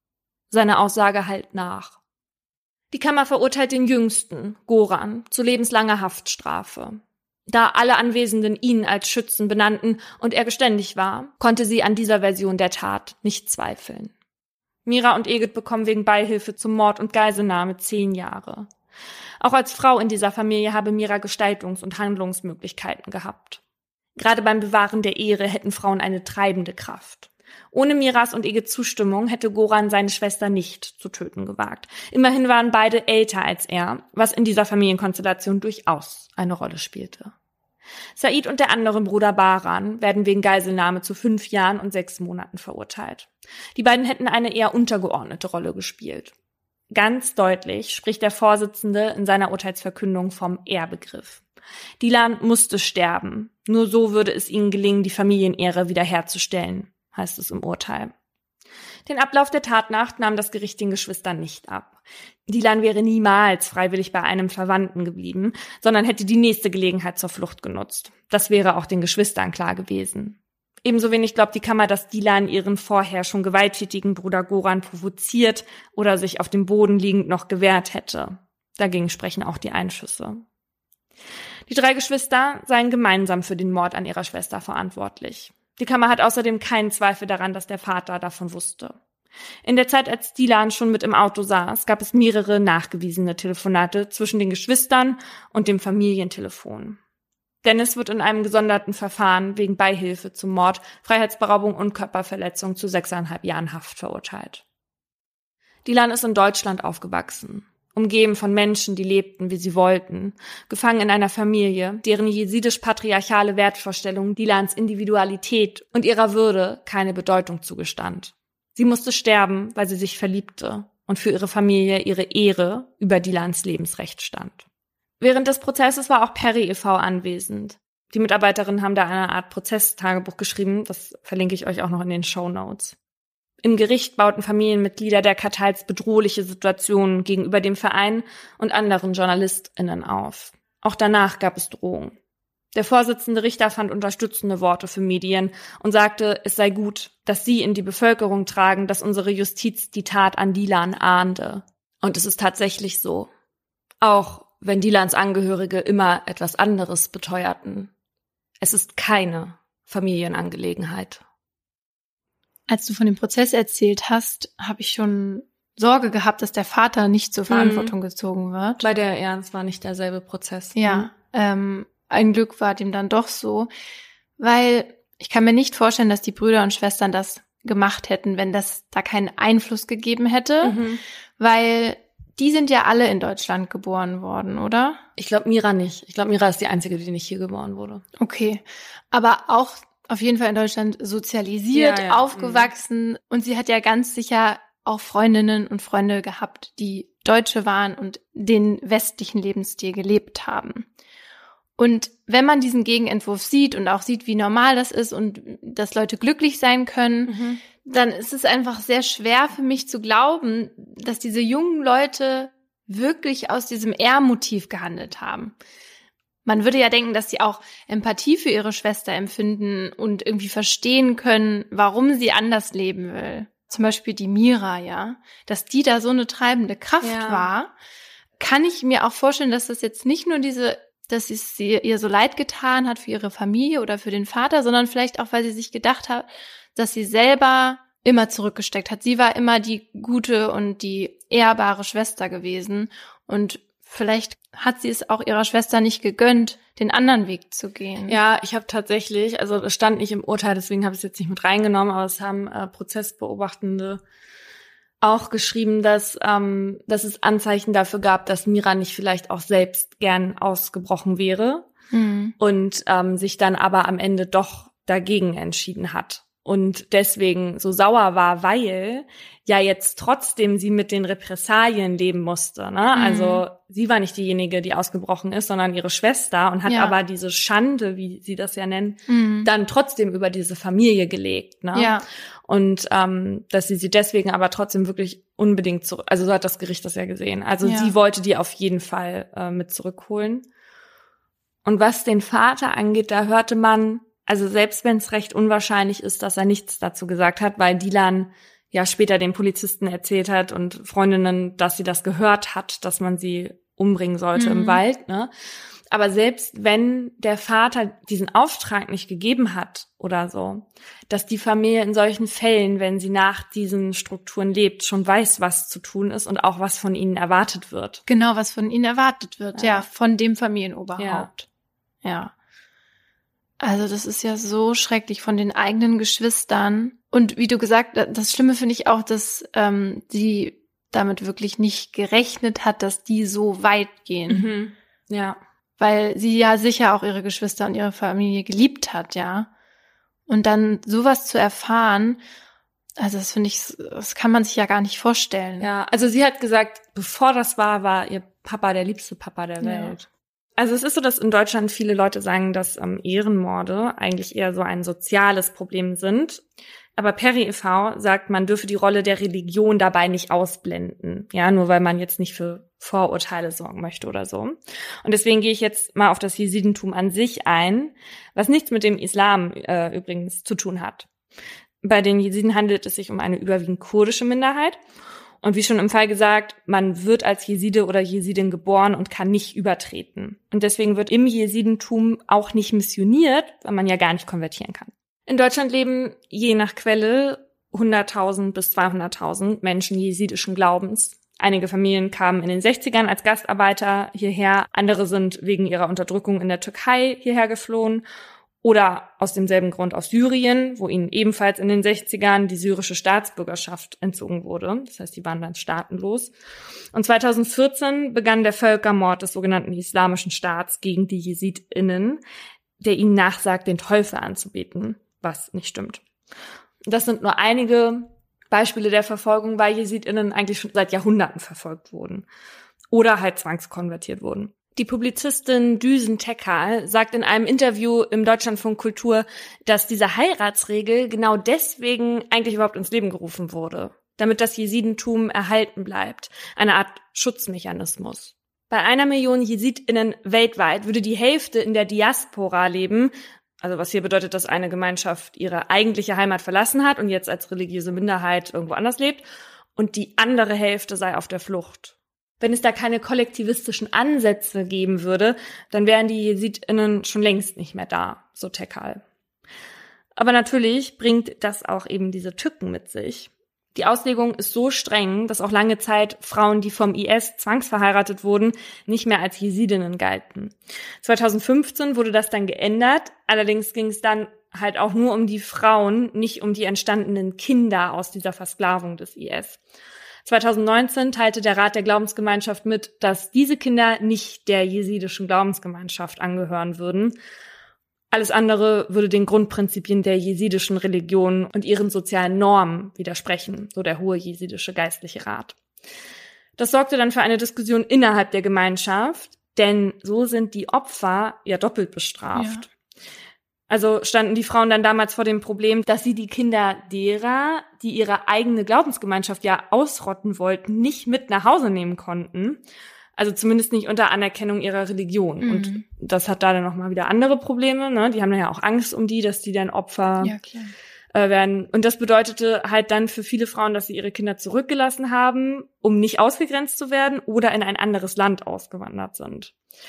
Seine Aussage hallt nach. Die Kammer verurteilt den Jüngsten, Goran, zu lebenslanger Haftstrafe. Da alle Anwesenden ihn als Schützen benannten und er geständig war, konnte sie an dieser Version der Tat nicht zweifeln. Mira und Egit bekommen wegen Beihilfe zum Mord und Geiselnahme zehn Jahre. Auch als Frau in dieser Familie habe Mira Gestaltungs- und Handlungsmöglichkeiten gehabt. Gerade beim Bewahren der Ehre hätten Frauen eine treibende Kraft. Ohne Miras und Egits Zustimmung hätte Goran seine Schwester nicht zu töten gewagt. Immerhin waren beide älter als er, was in dieser Familienkonstellation durchaus eine Rolle spielte. Said und der andere Bruder Baran werden wegen Geiselnahme zu fünf Jahren und sechs Monaten verurteilt. Die beiden hätten eine eher untergeordnete Rolle gespielt. Ganz deutlich spricht der Vorsitzende in seiner Urteilsverkündung vom Ehrbegriff. Dilan musste sterben. Nur so würde es ihnen gelingen, die Familienehre wiederherzustellen, heißt es im Urteil. Den Ablauf der Tatnacht nahm das Gericht den Geschwistern nicht ab. Dilan wäre niemals freiwillig bei einem Verwandten geblieben, sondern hätte die nächste Gelegenheit zur Flucht genutzt. Das wäre auch den Geschwistern klar gewesen. Ebenso wenig glaubt die Kammer, dass Dilan ihren vorher schon gewalttätigen Bruder Goran provoziert oder sich auf dem Boden liegend noch gewehrt hätte. Dagegen sprechen auch die Einschüsse. Die drei Geschwister seien gemeinsam für den Mord an ihrer Schwester verantwortlich. Die Kammer hat außerdem keinen Zweifel daran, dass der Vater davon wusste. In der Zeit, als Dilan schon mit im Auto saß, gab es mehrere nachgewiesene Telefonate zwischen den Geschwistern und dem Familientelefon. Dennis wird in einem gesonderten Verfahren wegen Beihilfe zum Mord, Freiheitsberaubung und Körperverletzung zu sechseinhalb Jahren Haft verurteilt. Dilan ist in Deutschland aufgewachsen, umgeben von Menschen, die lebten, wie sie wollten, gefangen in einer Familie, deren jesidisch-patriarchale Wertvorstellung Dilans Individualität und ihrer Würde keine Bedeutung zugestand. Sie musste sterben, weil sie sich verliebte und für ihre Familie ihre Ehre über Dilans Lebensrecht stand. Während des Prozesses war auch Perry e V anwesend. Die Mitarbeiterinnen haben da eine Art Prozesstagebuch geschrieben, das verlinke ich euch auch noch in den Shownotes. Im Gericht bauten Familienmitglieder der Kartals bedrohliche Situationen gegenüber dem Verein und anderen JournalistInnen auf. Auch danach gab es Drohungen. Der Vorsitzende Richter fand unterstützende Worte für Medien und sagte, es sei gut, dass sie in die Bevölkerung tragen, dass unsere Justiz die Tat an Dilan ahnde. Und es ist tatsächlich so. Auch wenn Dilans Angehörige immer etwas anderes beteuerten. Es ist keine Familienangelegenheit. Als du von dem Prozess erzählt hast, habe ich schon Sorge gehabt, dass der Vater nicht zur Verantwortung mhm. gezogen wird. Bei der Ernst war nicht derselbe Prozess. Ja, mhm. ähm, ein Glück war dem dann doch so, weil ich kann mir nicht vorstellen, dass die Brüder und Schwestern das gemacht hätten, wenn das da keinen Einfluss gegeben hätte, mhm. weil die sind ja alle in Deutschland geboren worden, oder? Ich glaube Mira nicht. Ich glaube Mira ist die Einzige, die nicht hier geboren wurde. Okay, aber auch auf jeden Fall in Deutschland sozialisiert, ja, ja. aufgewachsen. Mhm. Und sie hat ja ganz sicher auch Freundinnen und Freunde gehabt, die Deutsche waren und den westlichen Lebensstil gelebt haben. Und wenn man diesen Gegenentwurf sieht und auch sieht, wie normal das ist und dass Leute glücklich sein können, mhm. dann ist es einfach sehr schwer für mich zu glauben, dass diese jungen Leute wirklich aus diesem Ehrmotiv gehandelt haben. Man würde ja denken, dass sie auch Empathie für ihre Schwester empfinden und irgendwie verstehen können, warum sie anders leben will. Zum Beispiel die Mira, ja, dass die da so eine treibende Kraft ja. war, kann ich mir auch vorstellen, dass das jetzt nicht nur diese, dass es ihr so leid getan hat für ihre Familie oder für den Vater, sondern vielleicht auch, weil sie sich gedacht hat, dass sie selber immer zurückgesteckt hat. Sie war immer die gute und die ehrbare Schwester gewesen und vielleicht hat sie es auch ihrer Schwester nicht gegönnt, den anderen Weg zu gehen. Ja, ich habe tatsächlich, also es stand nicht im Urteil, deswegen habe ich es jetzt nicht mit reingenommen, aber es haben äh, Prozessbeobachtende auch geschrieben, dass, ähm, dass es Anzeichen dafür gab, dass Mira nicht vielleicht auch selbst gern ausgebrochen wäre mhm. und ähm, sich dann aber am Ende doch dagegen entschieden hat. Und deswegen so sauer war, weil ja jetzt trotzdem sie mit den Repressalien leben musste. Ne? Mhm. Also sie war nicht diejenige, die ausgebrochen ist, sondern ihre Schwester und hat ja. aber diese Schande, wie sie das ja nennen, mhm. dann trotzdem über diese Familie gelegt. Ne? Ja. Und ähm, dass sie sie deswegen aber trotzdem wirklich unbedingt zurück, also so hat das Gericht das ja gesehen. Also ja. sie wollte die auf jeden Fall äh, mit zurückholen. Und was den Vater angeht, da hörte man, also selbst wenn es recht unwahrscheinlich ist, dass er nichts dazu gesagt hat, weil Dilan ja später den Polizisten erzählt hat und Freundinnen, dass sie das gehört hat, dass man sie umbringen sollte mhm. im Wald, ne? Aber selbst wenn der Vater diesen Auftrag nicht gegeben hat oder so, dass die Familie in solchen Fällen, wenn sie nach diesen Strukturen lebt, schon weiß, was zu tun ist und auch was von ihnen erwartet wird. Genau, was von ihnen erwartet wird, ja, ja von dem Familienoberhaupt. Ja. ja. Also das ist ja so schrecklich von den eigenen Geschwistern. Und wie du gesagt hast, das Schlimme finde ich auch, dass ähm, sie damit wirklich nicht gerechnet hat, dass die so weit gehen. Mhm. Ja. Weil sie ja sicher auch ihre Geschwister und ihre Familie geliebt hat, ja. Und dann sowas zu erfahren, also das finde ich, das kann man sich ja gar nicht vorstellen. Ja, also sie hat gesagt, bevor das war, war ihr Papa der liebste Papa der Welt. Ja. Also es ist so, dass in Deutschland viele Leute sagen, dass ähm, Ehrenmorde eigentlich eher so ein soziales Problem sind. Aber Peri e V sagt, man dürfe die Rolle der Religion dabei nicht ausblenden. Ja, nur weil man jetzt nicht für Vorurteile sorgen möchte oder so. Und deswegen gehe ich jetzt mal auf das Jesidentum an sich ein, was nichts mit dem Islam äh, übrigens zu tun hat. Bei den Jesiden handelt es sich um eine überwiegend kurdische Minderheit. Und wie schon im Fall gesagt, man wird als Jeside oder Jesidin geboren und kann nicht übertreten. Und deswegen wird im Jesidentum auch nicht missioniert, weil man ja gar nicht konvertieren kann. In Deutschland leben je nach Quelle hunderttausend bis zweihunderttausend Menschen jesidischen Glaubens. Einige Familien kamen in den sechzigern als Gastarbeiter hierher, andere sind wegen ihrer Unterdrückung in der Türkei hierher geflohen oder aus demselben Grund aus Syrien, wo ihnen ebenfalls in den sechzigern die syrische Staatsbürgerschaft entzogen wurde. Das heißt, die waren dann staatenlos. Und zweitausendvierzehn begann der Völkermord des sogenannten Islamischen Staats gegen die JesidInnen, der ihnen nachsagt, den Teufel anzubeten, was nicht stimmt. Das sind nur einige Beispiele der Verfolgung, weil JesidInnen eigentlich schon seit Jahrhunderten verfolgt wurden oder halt zwangskonvertiert wurden. Die Publizistin Düsen Tekal sagt in einem Interview im Deutschlandfunk Kultur, dass diese Heiratsregel genau deswegen eigentlich überhaupt ins Leben gerufen wurde, damit das Jesidentum erhalten bleibt, eine Art Schutzmechanismus. Bei einer Million JesidInnen weltweit würde die Hälfte in der Diaspora leben, also was hier bedeutet, dass eine Gemeinschaft ihre eigentliche Heimat verlassen hat und jetzt als religiöse Minderheit irgendwo anders lebt, und die andere Hälfte sei auf der Flucht. Wenn es da keine kollektivistischen Ansätze geben würde, dann wären die JesidInnen schon längst nicht mehr da, so Tekal. Aber natürlich bringt das auch eben diese Tücken mit sich. Die Auslegung ist so streng, dass auch lange Zeit Frauen, die vom I S zwangsverheiratet wurden, nicht mehr als Jesidinnen galten. zweitausendfünfzehn wurde das dann geändert, allerdings ging es dann halt auch nur um die Frauen, nicht um die entstandenen Kinder aus dieser Versklavung des I S. zweitausendneunzehn teilte der Rat der Glaubensgemeinschaft mit, dass diese Kinder nicht der jesidischen Glaubensgemeinschaft angehören würden. Alles andere würde den Grundprinzipien der jesidischen Religion und ihren sozialen Normen widersprechen, so der Hohe Jesidische Geistliche Rat. Das sorgte dann für eine Diskussion innerhalb der Gemeinschaft, denn so sind die Opfer ja doppelt bestraft. Ja. Also standen die Frauen dann damals vor dem Problem, dass sie die Kinder derer, die ihre eigene Glaubensgemeinschaft ja ausrotten wollten, nicht mit nach Hause nehmen konnten. Also zumindest nicht unter Anerkennung ihrer Religion. Mhm. Und das hat da dann nochmal wieder andere Probleme, ne? Die haben dann ja auch Angst um die, dass die dann Opfer ja, klar. äh, werden. Und das bedeutete halt dann für viele Frauen, dass sie ihre Kinder zurückgelassen haben, um nicht ausgegrenzt zu werden oder in ein anderes Land ausgewandert sind.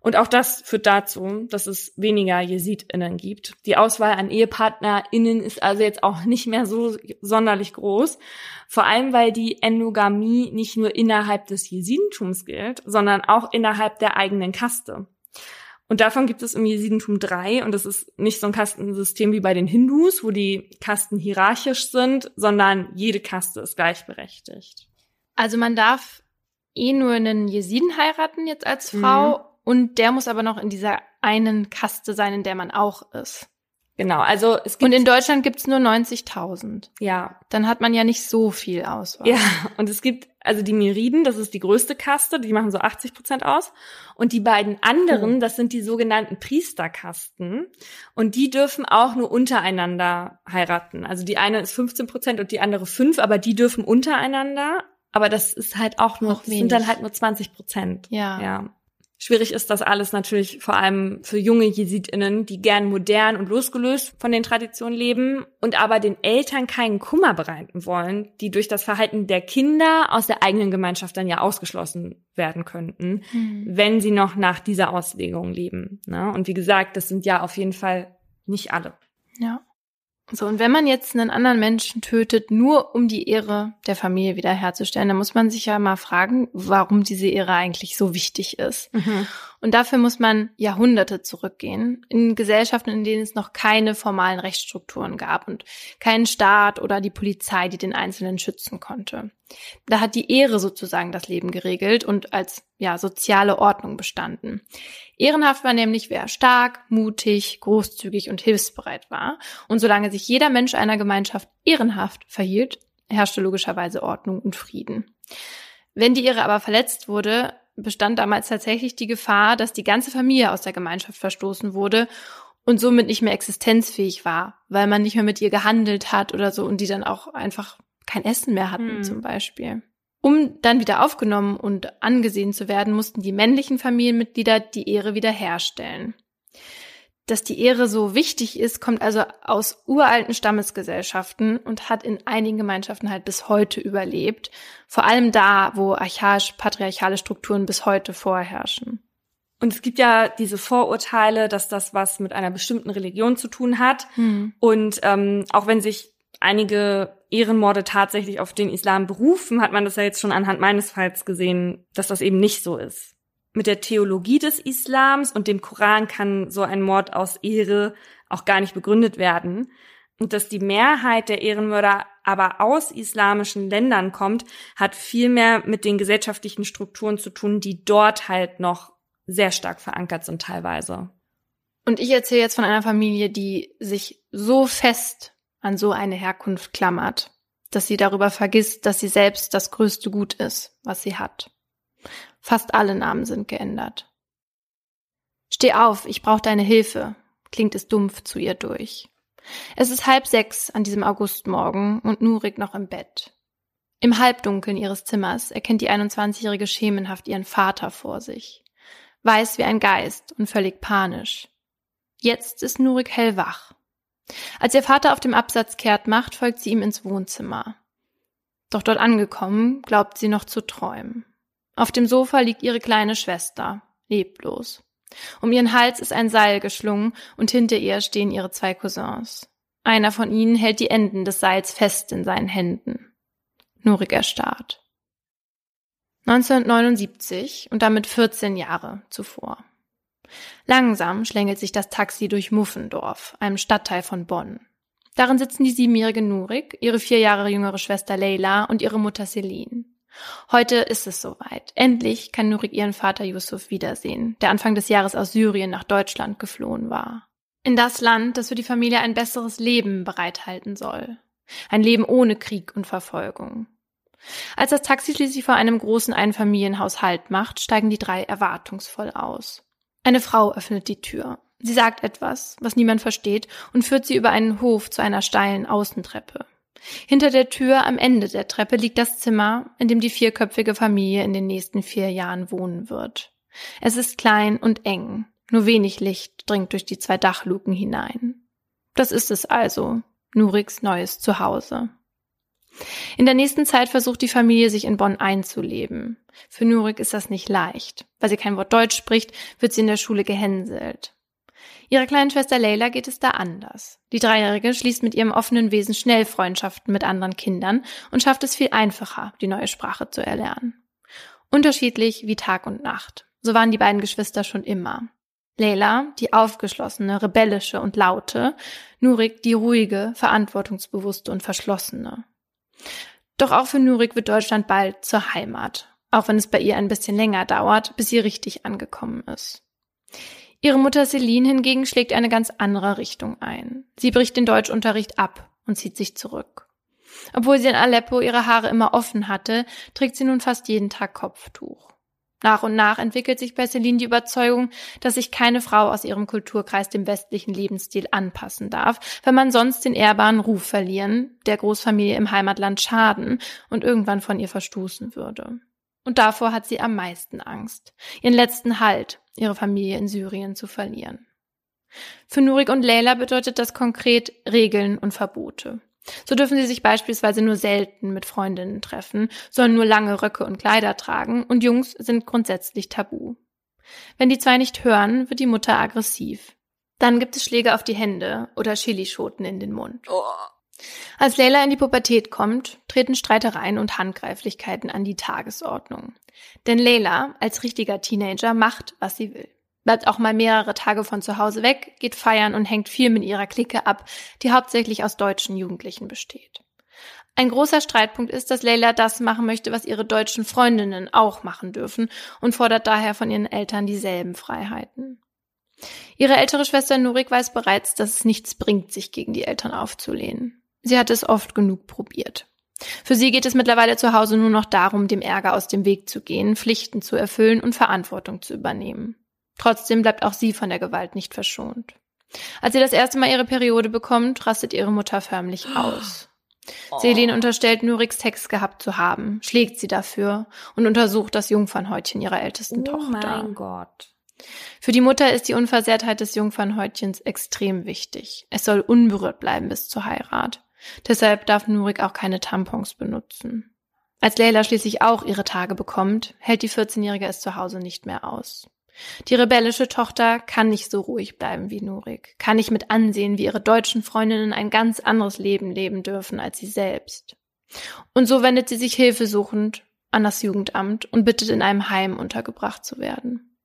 Und auch das führt dazu, dass es weniger JesidInnen gibt. Die Auswahl an EhepartnerInnen ist also jetzt auch nicht mehr so sonderlich groß. Vor allem, weil die Endogamie nicht nur innerhalb des Jesidentums gilt, sondern auch innerhalb der eigenen Kaste. Und davon gibt es im Jesidentum drei. Und das ist nicht so ein Kastensystem wie bei den Hindus, wo die Kasten hierarchisch sind, sondern jede Kaste ist gleichberechtigt. Also man darf eh nur einen Jesiden heiraten jetzt als Frau. Mhm. Und der muss aber noch in dieser einen Kaste sein, in der man auch ist. Genau, also es gibt... Und in Deutschland gibt's nur neunzigtausend. Ja. Dann hat man ja nicht so viel Auswahl. Ja, und es gibt also die Miriden, das ist die größte Kaste, die machen so achtzig Prozent aus. Und die beiden anderen, oh. das sind die sogenannten Priesterkasten. Und die dürfen auch nur untereinander heiraten. Also die eine ist fünfzehn Prozent und die andere fünf, aber die dürfen untereinander. Aber das ist halt auch nur, das sind dann halt nur zwanzig Prozent. Ja. Ja. Schwierig ist das alles natürlich vor allem für junge JesidInnen, die gern modern und losgelöst von den Traditionen leben und aber den Eltern keinen Kummer bereiten wollen, die durch das Verhalten der Kinder aus der eigenen Gemeinschaft dann ja ausgeschlossen werden könnten, mhm. wenn sie noch nach dieser Auslegung leben. Ne? Und wie gesagt, das sind ja auf jeden Fall nicht alle. Ja. So, und wenn man jetzt einen anderen Menschen tötet, nur um die Ehre der Familie wiederherzustellen, dann muss man sich ja mal fragen, warum diese Ehre eigentlich so wichtig ist. Mhm. Und dafür muss man Jahrhunderte zurückgehen, in Gesellschaften, in denen es noch keine formalen Rechtsstrukturen gab und keinen Staat oder die Polizei, die den Einzelnen schützen konnte. Da hat die Ehre sozusagen das Leben geregelt und als ja soziale Ordnung bestanden. Ehrenhaft war nämlich, wer stark, mutig, großzügig und hilfsbereit war. Und solange sich jeder Mensch einer Gemeinschaft ehrenhaft verhielt, herrschte logischerweise Ordnung und Frieden. Wenn die Ehre aber verletzt wurde, bestand damals tatsächlich die Gefahr, dass die ganze Familie aus der Gemeinschaft verstoßen wurde und somit nicht mehr existenzfähig war, weil man nicht mehr mit ihr gehandelt hat oder so und die dann auch einfach kein Essen mehr hatten hm. zum Beispiel. Um dann wieder aufgenommen und angesehen zu werden, mussten die männlichen Familienmitglieder die Ehre wiederherstellen. Dass die Ehre so wichtig ist, kommt also aus uralten Stammesgesellschaften und hat in einigen Gemeinschaften halt bis heute überlebt. Vor allem da, wo archaisch-patriarchale Strukturen bis heute vorherrschen. Und es gibt ja diese Vorurteile, dass das was mit einer bestimmten Religion zu tun hat. Hm. Und ähm, auch wenn sich einige Ehrenmorde tatsächlich auf den Islam berufen, hat man das ja jetzt schon anhand meines Falls gesehen, dass das eben nicht so ist. Mit der Theologie des Islams und dem Koran kann so ein Mord aus Ehre auch gar nicht begründet werden. Und dass die Mehrheit der Ehrenmörder aber aus islamischen Ländern kommt, hat viel mehr mit den gesellschaftlichen Strukturen zu tun, die dort halt noch sehr stark verankert sind teilweise. Und ich erzähle jetzt von einer Familie, die sich so fest an so eine Herkunft klammert, dass sie darüber vergisst, dass sie selbst das größte Gut ist, was sie hat. Fast alle Namen sind geändert. Steh auf, ich brauche deine Hilfe, klingt es dumpf zu ihr durch. Es ist halb sechs an diesem Augustmorgen und Nurik noch im Bett. Im Halbdunkeln ihres Zimmers erkennt die einundzwanzigjährige schemenhaft ihren Vater vor sich. Weiß wie ein Geist und völlig panisch. Jetzt ist Nurik hellwach. Als ihr Vater auf dem Absatz kehrt macht, folgt sie ihm ins Wohnzimmer. Doch dort angekommen, glaubt sie noch zu träumen. Auf dem Sofa liegt ihre kleine Schwester, leblos. Um ihren Hals ist ein Seil geschlungen und hinter ihr stehen ihre zwei Cousins. Einer von ihnen hält die Enden des Seils fest in seinen Händen. Nurik erstarrt. neunzehnhundertneunundsiebzig und damit vierzehn Jahre zuvor. Langsam schlängelt sich das Taxi durch Muffendorf, einem Stadtteil von Bonn. Darin sitzen die siebenjährige Nurik, ihre vier Jahre jüngere Schwester Leila und ihre Mutter Celine. Heute ist es soweit. Endlich kann Nurik ihren Vater Yusuf wiedersehen, der Anfang des Jahres aus Syrien nach Deutschland geflohen war. In das Land, das für die Familie ein besseres Leben bereithalten soll. Ein Leben ohne Krieg und Verfolgung. Als das Taxi schließlich vor einem großen Einfamilienhaus Halt macht, steigen die drei erwartungsvoll aus. Eine Frau öffnet die Tür. Sie sagt etwas, was niemand versteht, und führt sie über einen Hof zu einer steilen Außentreppe. Hinter der Tür am Ende der Treppe liegt das Zimmer, in dem die vierköpfige Familie in den nächsten vier Jahren wohnen wird. Es ist klein und eng, nur wenig Licht dringt durch die zwei Dachluken hinein. Das ist es also, Nuriks neues Zuhause. In der nächsten Zeit versucht die Familie, sich in Bonn einzuleben. Für Nurik ist das nicht leicht. Weil sie kein Wort Deutsch spricht, wird sie in der Schule gehänselt. Ihrer kleinen Schwester Leila geht es da anders. Die Dreijährige schließt mit ihrem offenen Wesen schnell Freundschaften mit anderen Kindern und schafft es viel einfacher, die neue Sprache zu erlernen. Unterschiedlich wie Tag und Nacht. So waren die beiden Geschwister schon immer. Leila, die aufgeschlossene, rebellische und laute, Nurik, die ruhige, verantwortungsbewusste und verschlossene. Doch auch für Nurik wird Deutschland bald zur Heimat, auch wenn es bei ihr ein bisschen länger dauert, bis sie richtig angekommen ist. Ihre Mutter Celine hingegen schlägt eine ganz andere Richtung ein. Sie bricht den Deutschunterricht ab und zieht sich zurück. Obwohl sie in Aleppo ihre Haare immer offen hatte, trägt sie nun fast jeden Tag Kopftuch. Nach und nach entwickelt sich bei Celine die Überzeugung, dass sich keine Frau aus ihrem Kulturkreis dem westlichen Lebensstil anpassen darf, weil man sonst den ehrbaren Ruf verlieren, der Großfamilie im Heimatland schaden und irgendwann von ihr verstoßen würde. Und davor hat sie am meisten Angst, ihren letzten Halt, ihre Familie in Syrien zu verlieren. Für Nurik und Leila bedeutet das konkret Regeln und Verbote. So dürfen sie sich beispielsweise nur selten mit Freundinnen treffen, sollen nur lange Röcke und Kleider tragen und Jungs sind grundsätzlich tabu. Wenn die zwei nicht hören, wird die Mutter aggressiv. Dann gibt es Schläge auf die Hände oder Chilischoten in den Mund. Oh. Als Leila in die Pubertät kommt, treten Streitereien und Handgreiflichkeiten an die Tagesordnung. Denn Leila, als richtiger Teenager, macht, was sie will. Bleibt auch mal mehrere Tage von zu Hause weg, geht feiern und hängt viel mit ihrer Clique ab, die hauptsächlich aus deutschen Jugendlichen besteht. Ein großer Streitpunkt ist, dass Leila das machen möchte, was ihre deutschen Freundinnen auch machen dürfen und fordert daher von ihren Eltern dieselben Freiheiten. Ihre ältere Schwester Nurik weiß bereits, dass es nichts bringt, sich gegen die Eltern aufzulehnen. Sie hat es oft genug probiert. Für sie geht es mittlerweile zu Hause nur noch darum, dem Ärger aus dem Weg zu gehen, Pflichten zu erfüllen und Verantwortung zu übernehmen. Trotzdem bleibt auch sie von der Gewalt nicht verschont. Als sie das erste Mal ihre Periode bekommt, rastet ihre Mutter förmlich aus. Oh. Celine unterstellt Nuriks Sex gehabt zu haben, schlägt sie dafür und untersucht das Jungfernhäutchen ihrer ältesten oh Tochter. Oh mein Gott. Für die Mutter ist die Unversehrtheit des Jungfernhäutchens extrem wichtig. Es soll unberührt bleiben bis zur Heirat. Deshalb darf Nurik auch keine Tampons benutzen. Als Leila schließlich auch ihre Tage bekommt, hält die vierzehnjährige es zu Hause nicht mehr aus. Die rebellische Tochter kann nicht so ruhig bleiben wie Nurik, kann nicht mit ansehen, wie ihre deutschen Freundinnen ein ganz anderes Leben leben dürfen als sie selbst. Und so wendet sie sich hilfesuchend an das Jugendamt und bittet, in einem Heim untergebracht zu werden.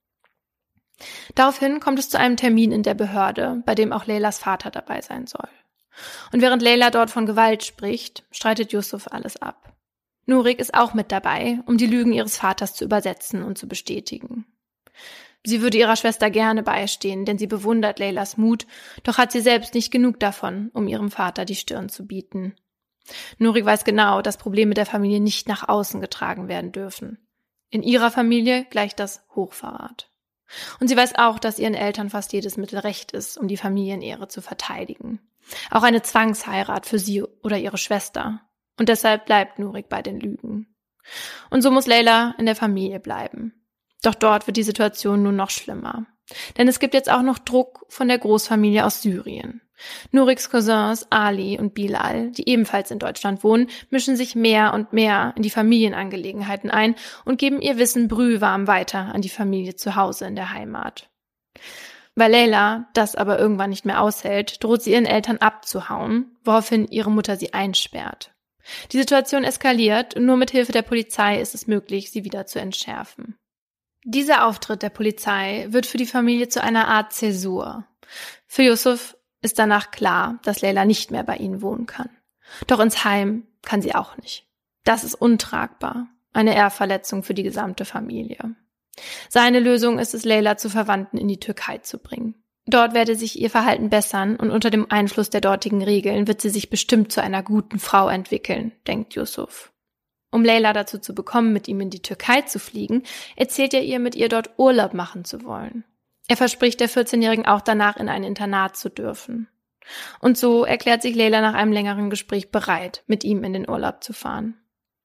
Daraufhin kommt es zu einem Termin in der Behörde, bei dem auch Leilas Vater dabei sein soll. Und während Leila dort von Gewalt spricht, streitet Yusuf alles ab. Nurik ist auch mit dabei, um die Lügen ihres Vaters zu übersetzen und zu bestätigen. Sie würde ihrer Schwester gerne beistehen, denn sie bewundert Leilas Mut, doch hat sie selbst nicht genug davon, um ihrem Vater die Stirn zu bieten. Nurik weiß genau, dass Probleme der Familie nicht nach außen getragen werden dürfen. In ihrer Familie gleicht das Hochverrat. Und sie weiß auch, dass ihren Eltern fast jedes Mittel recht ist, um die Familienehre zu verteidigen. Auch eine Zwangsheirat für sie oder ihre Schwester. Und deshalb bleibt Nurik bei den Lügen. Und so muss Leila in der Familie bleiben. Doch dort wird die Situation nun noch schlimmer. Denn es gibt jetzt auch noch Druck von der Großfamilie aus Syrien. Nuriks Cousins Ali und Bilal, die ebenfalls in Deutschland wohnen, mischen sich mehr und mehr in die Familienangelegenheiten ein und geben ihr Wissen brühwarm weiter an die Familie zu Hause in der Heimat. Weil Leila das aber irgendwann nicht mehr aushält, droht sie ihren Eltern abzuhauen, woraufhin ihre Mutter sie einsperrt. Die Situation eskaliert und nur mit Hilfe der Polizei ist es möglich, sie wieder zu entschärfen. Dieser Auftritt der Polizei wird für die Familie zu einer Art Zäsur. Für Yusuf ist danach klar, dass Leila nicht mehr bei ihnen wohnen kann. Doch ins Heim kann sie auch nicht. Das ist untragbar. Eine Ehrverletzung für die gesamte Familie. Seine Lösung ist es, Leila zu Verwandten in die Türkei zu bringen. Dort werde sich ihr Verhalten bessern und unter dem Einfluss der dortigen Regeln wird sie sich bestimmt zu einer guten Frau entwickeln, denkt Yusuf. Um Leila dazu zu bekommen, mit ihm in die Türkei zu fliegen, erzählt er ihr, mit ihr dort Urlaub machen zu wollen. Er verspricht der vierzehnjährigen auch danach in ein Internat zu dürfen. Und so erklärt sich Leila nach einem längeren Gespräch bereit, mit ihm in den Urlaub zu fahren.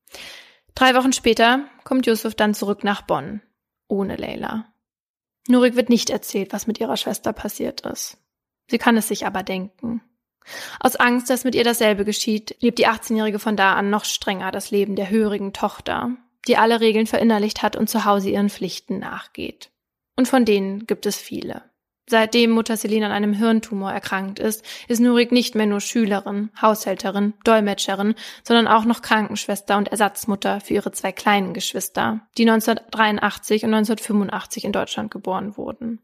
Drei Wochen später kommt Yusuf dann zurück nach Bonn, ohne Leila. Nurik wird nicht erzählt, was mit ihrer Schwester passiert ist. Sie kann es sich aber denken. Aus Angst, dass mit ihr dasselbe geschieht, lebt die achtzehnjährige von da an noch strenger das Leben der hörigen Tochter, die alle Regeln verinnerlicht hat und zu Hause ihren Pflichten nachgeht. Und von denen gibt es viele. Seitdem Mutter Celine an einem Hirntumor erkrankt ist, ist Nurik nicht mehr nur Schülerin, Haushälterin, Dolmetscherin, sondern auch noch Krankenschwester und Ersatzmutter für ihre zwei kleinen Geschwister, die neunzehnhundertdreiundachtzig und neunzehnhundertfünfundachtzig in Deutschland geboren wurden.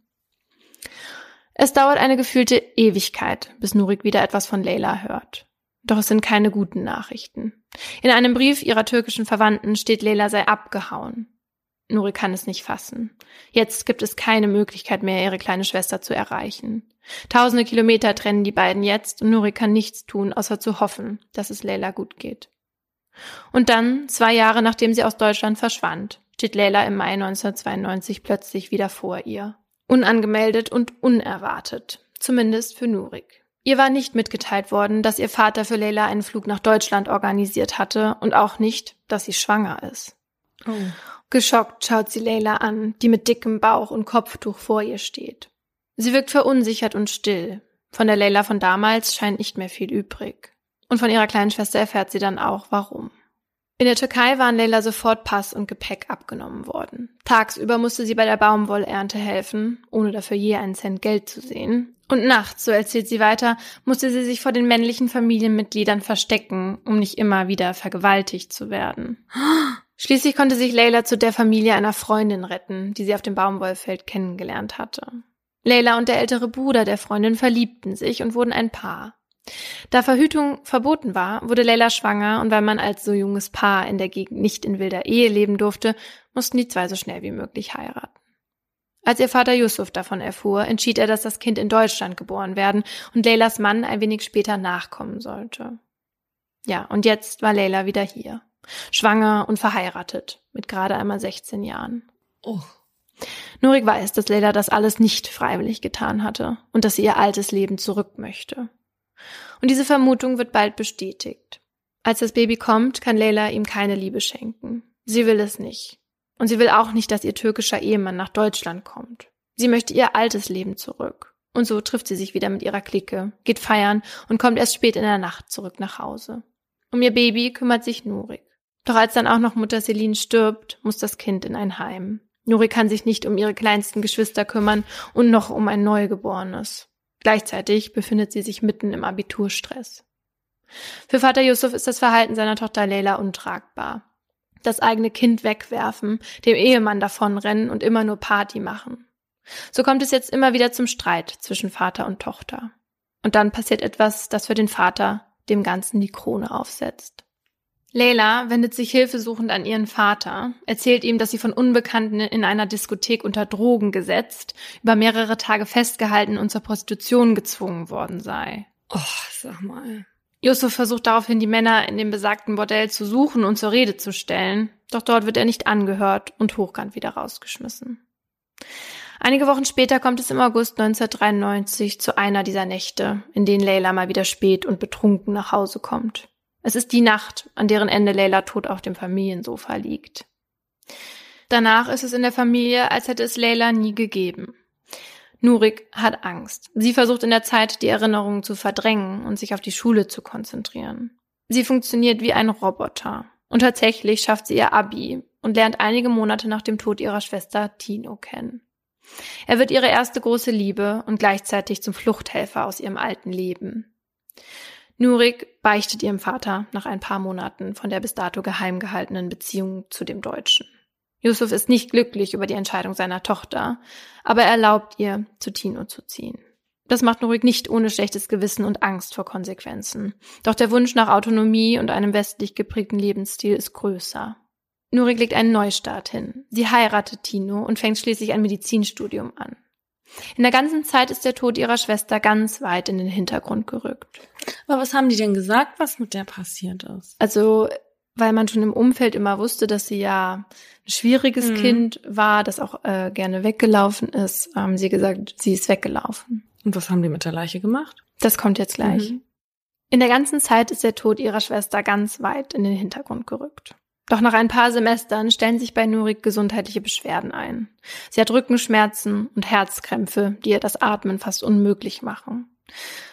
Es dauert eine gefühlte Ewigkeit, bis Nurik wieder etwas von Leyla hört. Doch es sind keine guten Nachrichten. In einem Brief ihrer türkischen Verwandten steht, Leyla sei abgehauen. Nurik kann es nicht fassen. Jetzt gibt es keine Möglichkeit mehr, ihre kleine Schwester zu erreichen. Tausende Kilometer trennen die beiden jetzt und Nurik kann nichts tun, außer zu hoffen, dass es Leyla gut geht. Und dann, zwei Jahre nachdem sie aus Deutschland verschwand, steht Leyla im Mai neunzehnhundertzweiundneunzig plötzlich wieder vor ihr. Unangemeldet und unerwartet, zumindest für Nurik. Ihr war nicht mitgeteilt worden, dass ihr Vater für Leyla einen Flug nach Deutschland organisiert hatte und auch nicht, dass sie schwanger ist. Oh. Geschockt schaut sie Leyla an, die mit dickem Bauch und Kopftuch vor ihr steht. Sie wirkt verunsichert und still. Von der Leyla von damals scheint nicht mehr viel übrig. Und von ihrer kleinen Schwester erfährt sie dann auch, warum. In der Türkei waren Leyla sofort Pass und Gepäck abgenommen worden. Tagsüber musste sie bei der Baumwollernte helfen, ohne dafür je einen Cent Geld zu sehen. Und nachts, so erzählt sie weiter, musste sie sich vor den männlichen Familienmitgliedern verstecken, um nicht immer wieder vergewaltigt zu werden. Schließlich konnte sich Leyla zu der Familie einer Freundin retten, die sie auf dem Baumwollfeld kennengelernt hatte. Leyla und der ältere Bruder der Freundin verliebten sich und wurden ein Paar. Da Verhütung verboten war, wurde Leyla schwanger und weil man als so junges Paar in der Gegend nicht in wilder Ehe leben durfte, mussten die zwei so schnell wie möglich heiraten. Als ihr Vater Yusuf davon erfuhr, entschied er, dass das Kind in Deutschland geboren werden und Leylas Mann ein wenig später nachkommen sollte. Ja, und jetzt war Leyla wieder hier. Schwanger und verheiratet, mit gerade einmal sechzehn Jahren. Oh. Nurik weiß, dass Leyla das alles nicht freiwillig getan hatte und dass sie ihr altes Leben zurück möchte. Und diese Vermutung wird bald bestätigt. Als das Baby kommt, kann Leyla ihm keine Liebe schenken. Sie will es nicht. Und sie will auch nicht, dass ihr türkischer Ehemann nach Deutschland kommt. Sie möchte ihr altes Leben zurück. Und so trifft sie sich wieder mit ihrer Clique, geht feiern und kommt erst spät in der Nacht zurück nach Hause. Um ihr Baby kümmert sich Nurik. Doch als dann auch noch Mutter Celine stirbt, muss das Kind in ein Heim. Nurik kann sich nicht um ihre kleinsten Geschwister kümmern und noch um ein Neugeborenes. Gleichzeitig befindet sie sich mitten im Abiturstress. Für Vater Yusuf ist das Verhalten seiner Tochter Leyla untragbar. Das eigene Kind wegwerfen, dem Ehemann davonrennen und immer nur Party machen. So kommt es jetzt immer wieder zum Streit zwischen Vater und Tochter. Und dann passiert etwas, das für den Vater dem Ganzen die Krone aufsetzt. Leyla wendet sich hilfesuchend an ihren Vater, erzählt ihm, dass sie von Unbekannten in einer Diskothek unter Drogen gesetzt, über mehrere Tage festgehalten und zur Prostitution gezwungen worden sei. Oh, sag mal. Yusuf versucht daraufhin, die Männer in dem besagten Bordell zu suchen und zur Rede zu stellen, doch dort wird er nicht angehört und hochkant wieder rausgeschmissen. Einige Wochen später kommt es im August neunzehnhundertdreiundneunzig zu einer dieser Nächte, in denen Leyla mal wieder spät und betrunken nach Hause kommt. Es ist die Nacht, an deren Ende Leyla tot auf dem Familiensofa liegt. Danach ist es in der Familie, als hätte es Leyla nie gegeben. Nurik hat Angst. Sie versucht in der Zeit, die Erinnerungen zu verdrängen und sich auf die Schule zu konzentrieren. Sie funktioniert wie ein Roboter. Und tatsächlich schafft sie ihr Abi und lernt einige Monate nach dem Tod ihrer Schwester Tino kennen. Er wird ihre erste große Liebe und gleichzeitig zum Fluchthelfer aus ihrem alten Leben. Nurik beichtet ihrem Vater nach ein paar Monaten von der bis dato geheim gehaltenen Beziehung zu dem Deutschen. Yusuf ist nicht glücklich über die Entscheidung seiner Tochter, aber er erlaubt ihr, zu Tino zu ziehen. Das macht Nurik nicht ohne schlechtes Gewissen und Angst vor Konsequenzen. Doch der Wunsch nach Autonomie und einem westlich geprägten Lebensstil ist größer. Nurik legt einen Neustart hin. Sie heiratet Tino und fängt schließlich ein Medizinstudium an. In der ganzen Zeit ist der Tod ihrer Schwester ganz weit in den Hintergrund gerückt. Aber was haben die denn gesagt, was mit der passiert ist? Also, weil man schon im Umfeld immer wusste, dass sie ja ein schwieriges mhm. Kind war, das auch äh, gerne weggelaufen ist, haben sie gesagt, sie ist weggelaufen. Und was haben die mit der Leiche gemacht? Das kommt jetzt gleich. Mhm. In der ganzen Zeit ist der Tod ihrer Schwester ganz weit in den Hintergrund gerückt. Doch nach ein paar Semestern stellen sich bei Nurik gesundheitliche Beschwerden ein. Sie hat Rückenschmerzen und Herzkrämpfe, die ihr das Atmen fast unmöglich machen.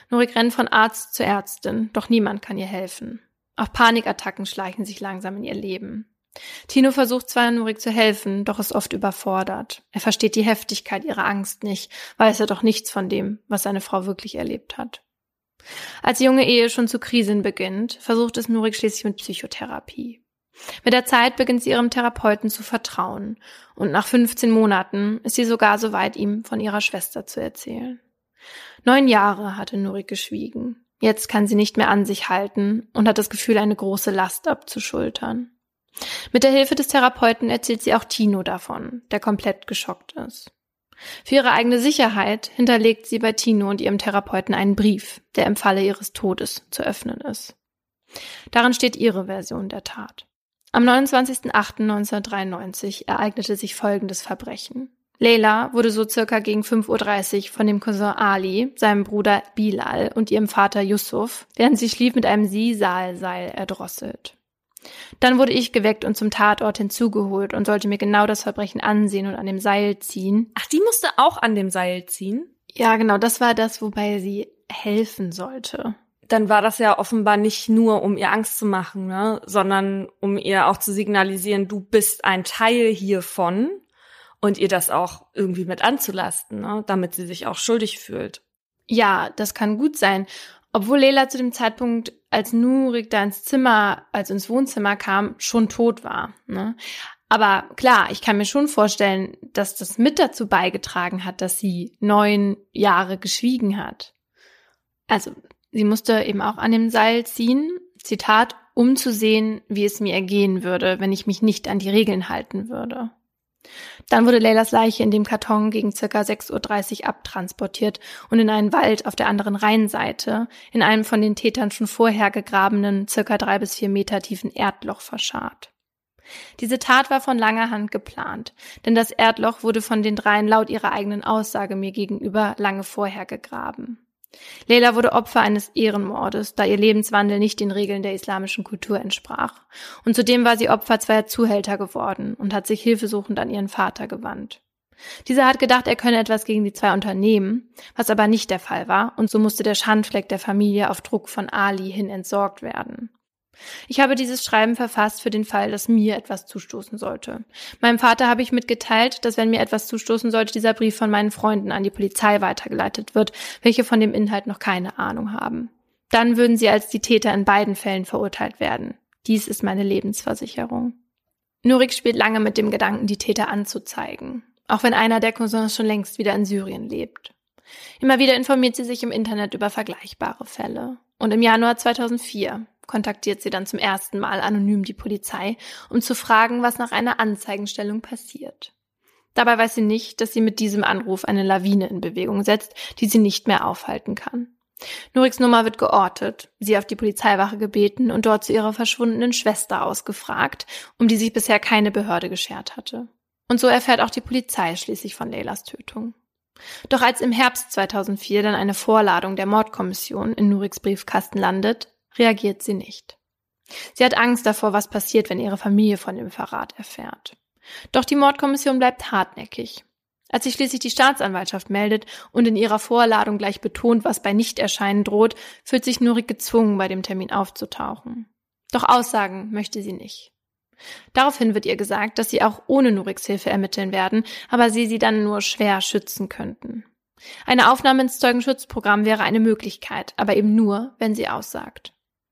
Nurik rennt von Arzt zu Ärztin, doch niemand kann ihr helfen. Auch Panikattacken schleichen sich langsam in ihr Leben. Tino versucht zwar, Nurik zu helfen, doch ist oft überfordert. Er versteht die Heftigkeit ihrer Angst nicht, weiß er doch nichts von dem, was seine Frau wirklich erlebt hat. Als die junge Ehe schon zu kriseln beginnt, versucht es Nurik schließlich mit Psychotherapie. Mit der Zeit beginnt sie ihrem Therapeuten zu vertrauen und nach fünfzehn Monaten ist sie sogar so weit, ihm von ihrer Schwester zu erzählen. Neun Jahre hatte Nurik geschwiegen. Jetzt kann sie nicht mehr an sich halten und hat das Gefühl, eine große Last abzuschultern. Mit der Hilfe des Therapeuten erzählt sie auch Tino davon, der komplett geschockt ist. Für ihre eigene Sicherheit hinterlegt sie bei Tino und ihrem Therapeuten einen Brief, der im Falle ihres Todes zu öffnen ist. Darin steht ihre Version der Tat. Am neunundzwanzigsten achten neunzehnhundertdreiundneunzig ereignete sich folgendes Verbrechen. Leila wurde so circa gegen fünf Uhr dreißig von dem Cousin Ali, seinem Bruder Bilal und ihrem Vater Yusuf, während sie schlief, mit einem Sisal-Seil erdrosselt. Dann wurde ich geweckt und zum Tatort hinzugeholt und sollte mir genau das Verbrechen ansehen und an dem Seil ziehen. Ach, die musste auch an dem Seil ziehen? Ja, genau, das war das, wobei sie helfen sollte. Dann war das ja offenbar nicht nur, um ihr Angst zu machen, ne, sondern um ihr auch zu signalisieren, du bist ein Teil hiervon und ihr das auch irgendwie mit anzulasten, ne, damit sie sich auch schuldig fühlt. Ja, das kann gut sein. Obwohl Leila zu dem Zeitpunkt, als Nurik da ins Zimmer, also ins Wohnzimmer kam, schon tot war, ne? Aber klar, ich kann mir schon vorstellen, dass das mit dazu beigetragen hat, dass sie neun Jahre geschwiegen hat. Also, sie musste eben auch an dem Seil ziehen, Zitat, um zu sehen, wie es mir ergehen würde, wenn ich mich nicht an die Regeln halten würde. Dann wurde Leilas Leiche in dem Karton gegen ca. sechs Uhr dreißig abtransportiert und in einen Wald auf der anderen Rheinseite, in einem von den Tätern schon vorher gegrabenen, ca. drei bis vier Meter tiefen Erdloch verscharrt. Diese Tat war von langer Hand geplant, denn das Erdloch wurde von den dreien laut ihrer eigenen Aussage mir gegenüber lange vorher gegraben. Leila wurde Opfer eines Ehrenmordes, da ihr Lebenswandel nicht den Regeln der islamischen Kultur entsprach. Und zudem war sie Opfer zweier Zuhälter geworden und hat sich hilfesuchend an ihren Vater gewandt. Dieser hat gedacht, er könne etwas gegen die zwei unternehmen, was aber nicht der Fall war, und so musste der Schandfleck der Familie auf Druck von Ali hin entsorgt werden. Ich habe dieses Schreiben verfasst für den Fall, dass mir etwas zustoßen sollte. Meinem Vater habe ich mitgeteilt, dass wenn mir etwas zustoßen sollte, dieser Brief von meinen Freunden an die Polizei weitergeleitet wird, welche von dem Inhalt noch keine Ahnung haben. Dann würden sie als die Täter in beiden Fällen verurteilt werden. Dies ist meine Lebensversicherung. Nurik spielt lange mit dem Gedanken, die Täter anzuzeigen, auch wenn einer der Cousins schon längst wieder in Syrien lebt. Immer wieder informiert sie sich im Internet über vergleichbare Fälle. Und im Januar zweitausendvier kontaktiert sie dann zum ersten Mal anonym die Polizei, um zu fragen, was nach einer Anzeigenstellung passiert. Dabei weiß sie nicht, dass sie mit diesem Anruf eine Lawine in Bewegung setzt, die sie nicht mehr aufhalten kann. Nuriks Nummer wird geortet, sie auf die Polizeiwache gebeten und dort zu ihrer verschwundenen Schwester ausgefragt, um die sich bisher keine Behörde geschert hatte. Und so erfährt auch die Polizei schließlich von Leilas Tötung. Doch als im Herbst zweitausendvier dann eine Vorladung der Mordkommission in Nuriks Briefkasten landet, reagiert sie nicht. Sie hat Angst davor, was passiert, wenn ihre Familie von dem Verrat erfährt. Doch die Mordkommission bleibt hartnäckig. Als sich schließlich die Staatsanwaltschaft meldet und in ihrer Vorladung gleich betont, was bei Nichterscheinen droht, fühlt sich Nurik gezwungen, bei dem Termin aufzutauchen. Doch aussagen möchte sie nicht. Daraufhin wird ihr gesagt, dass sie auch ohne Nuriks Hilfe ermitteln werden, aber sie sie dann nur schwer schützen könnten. Eine Aufnahme ins Zeugenschutzprogramm wäre eine Möglichkeit, aber eben nur, wenn sie aussagt.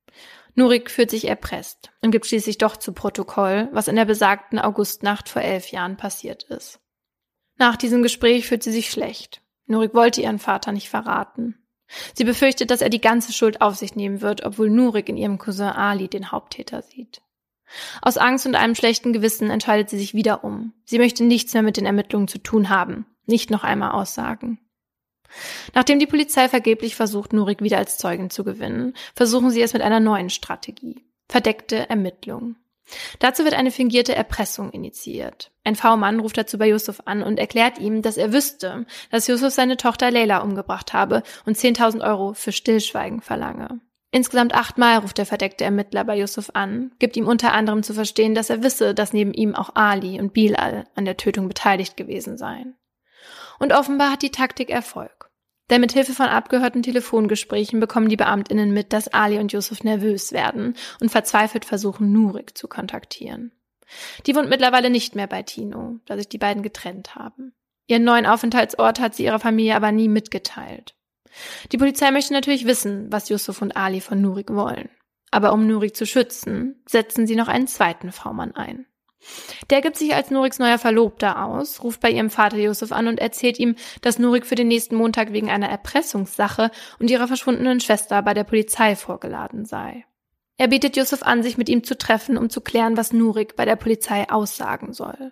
Nurik fühlt sich erpresst und gibt schließlich doch zu Protokoll, was in der besagten Augustnacht vor elf Jahren passiert ist. Nach diesem Gespräch fühlt sie sich schlecht. Nurik wollte ihren Vater nicht verraten. Sie befürchtet, dass er die ganze Schuld auf sich nehmen wird, obwohl Nurik in ihrem Cousin Ali den Haupttäter sieht. Aus Angst und einem schlechten Gewissen entscheidet sie sich wieder um. Sie möchte nichts mehr mit den Ermittlungen zu tun haben, nicht noch einmal aussagen. Nachdem die Polizei vergeblich versucht, Nurik wieder als Zeugin zu gewinnen, versuchen sie es mit einer neuen Strategie: verdeckte Ermittlungen. Dazu wird eine fingierte Erpressung initiiert. Ein V-Mann ruft dazu bei Yusuf an und erklärt ihm, dass er wüsste, dass Yusuf seine Tochter Leila umgebracht habe und zehntausend Euro für Stillschweigen verlange. Insgesamt achtmal ruft der verdeckte Ermittler bei Yusuf an, gibt ihm unter anderem zu verstehen, dass er wisse, dass neben ihm auch Ali und Bilal an der Tötung beteiligt gewesen seien. Und offenbar hat die Taktik Erfolg. Denn mit Hilfe von abgehörten Telefongesprächen bekommen die BeamtInnen mit, dass Ali und Yusuf nervös werden und verzweifelt versuchen, Nurik zu kontaktieren. Die wohnt mittlerweile nicht mehr bei Tino, da sich die beiden getrennt haben. Ihren neuen Aufenthaltsort hat sie ihrer Familie aber nie mitgeteilt. Die Polizei möchte natürlich wissen, was Yusuf und Ali von Nurik wollen. Aber um Nurik zu schützen, setzen sie noch einen zweiten V-Mann ein. Der gibt sich als Nuriks neuer Verlobter aus, ruft bei ihrem Vater Yusuf an und erzählt ihm, dass Nurik für den nächsten Montag wegen einer Erpressungssache und ihrer verschwundenen Schwester bei der Polizei vorgeladen sei. Er bietet Yusuf an, sich mit ihm zu treffen, um zu klären, was Nurik bei der Polizei aussagen soll.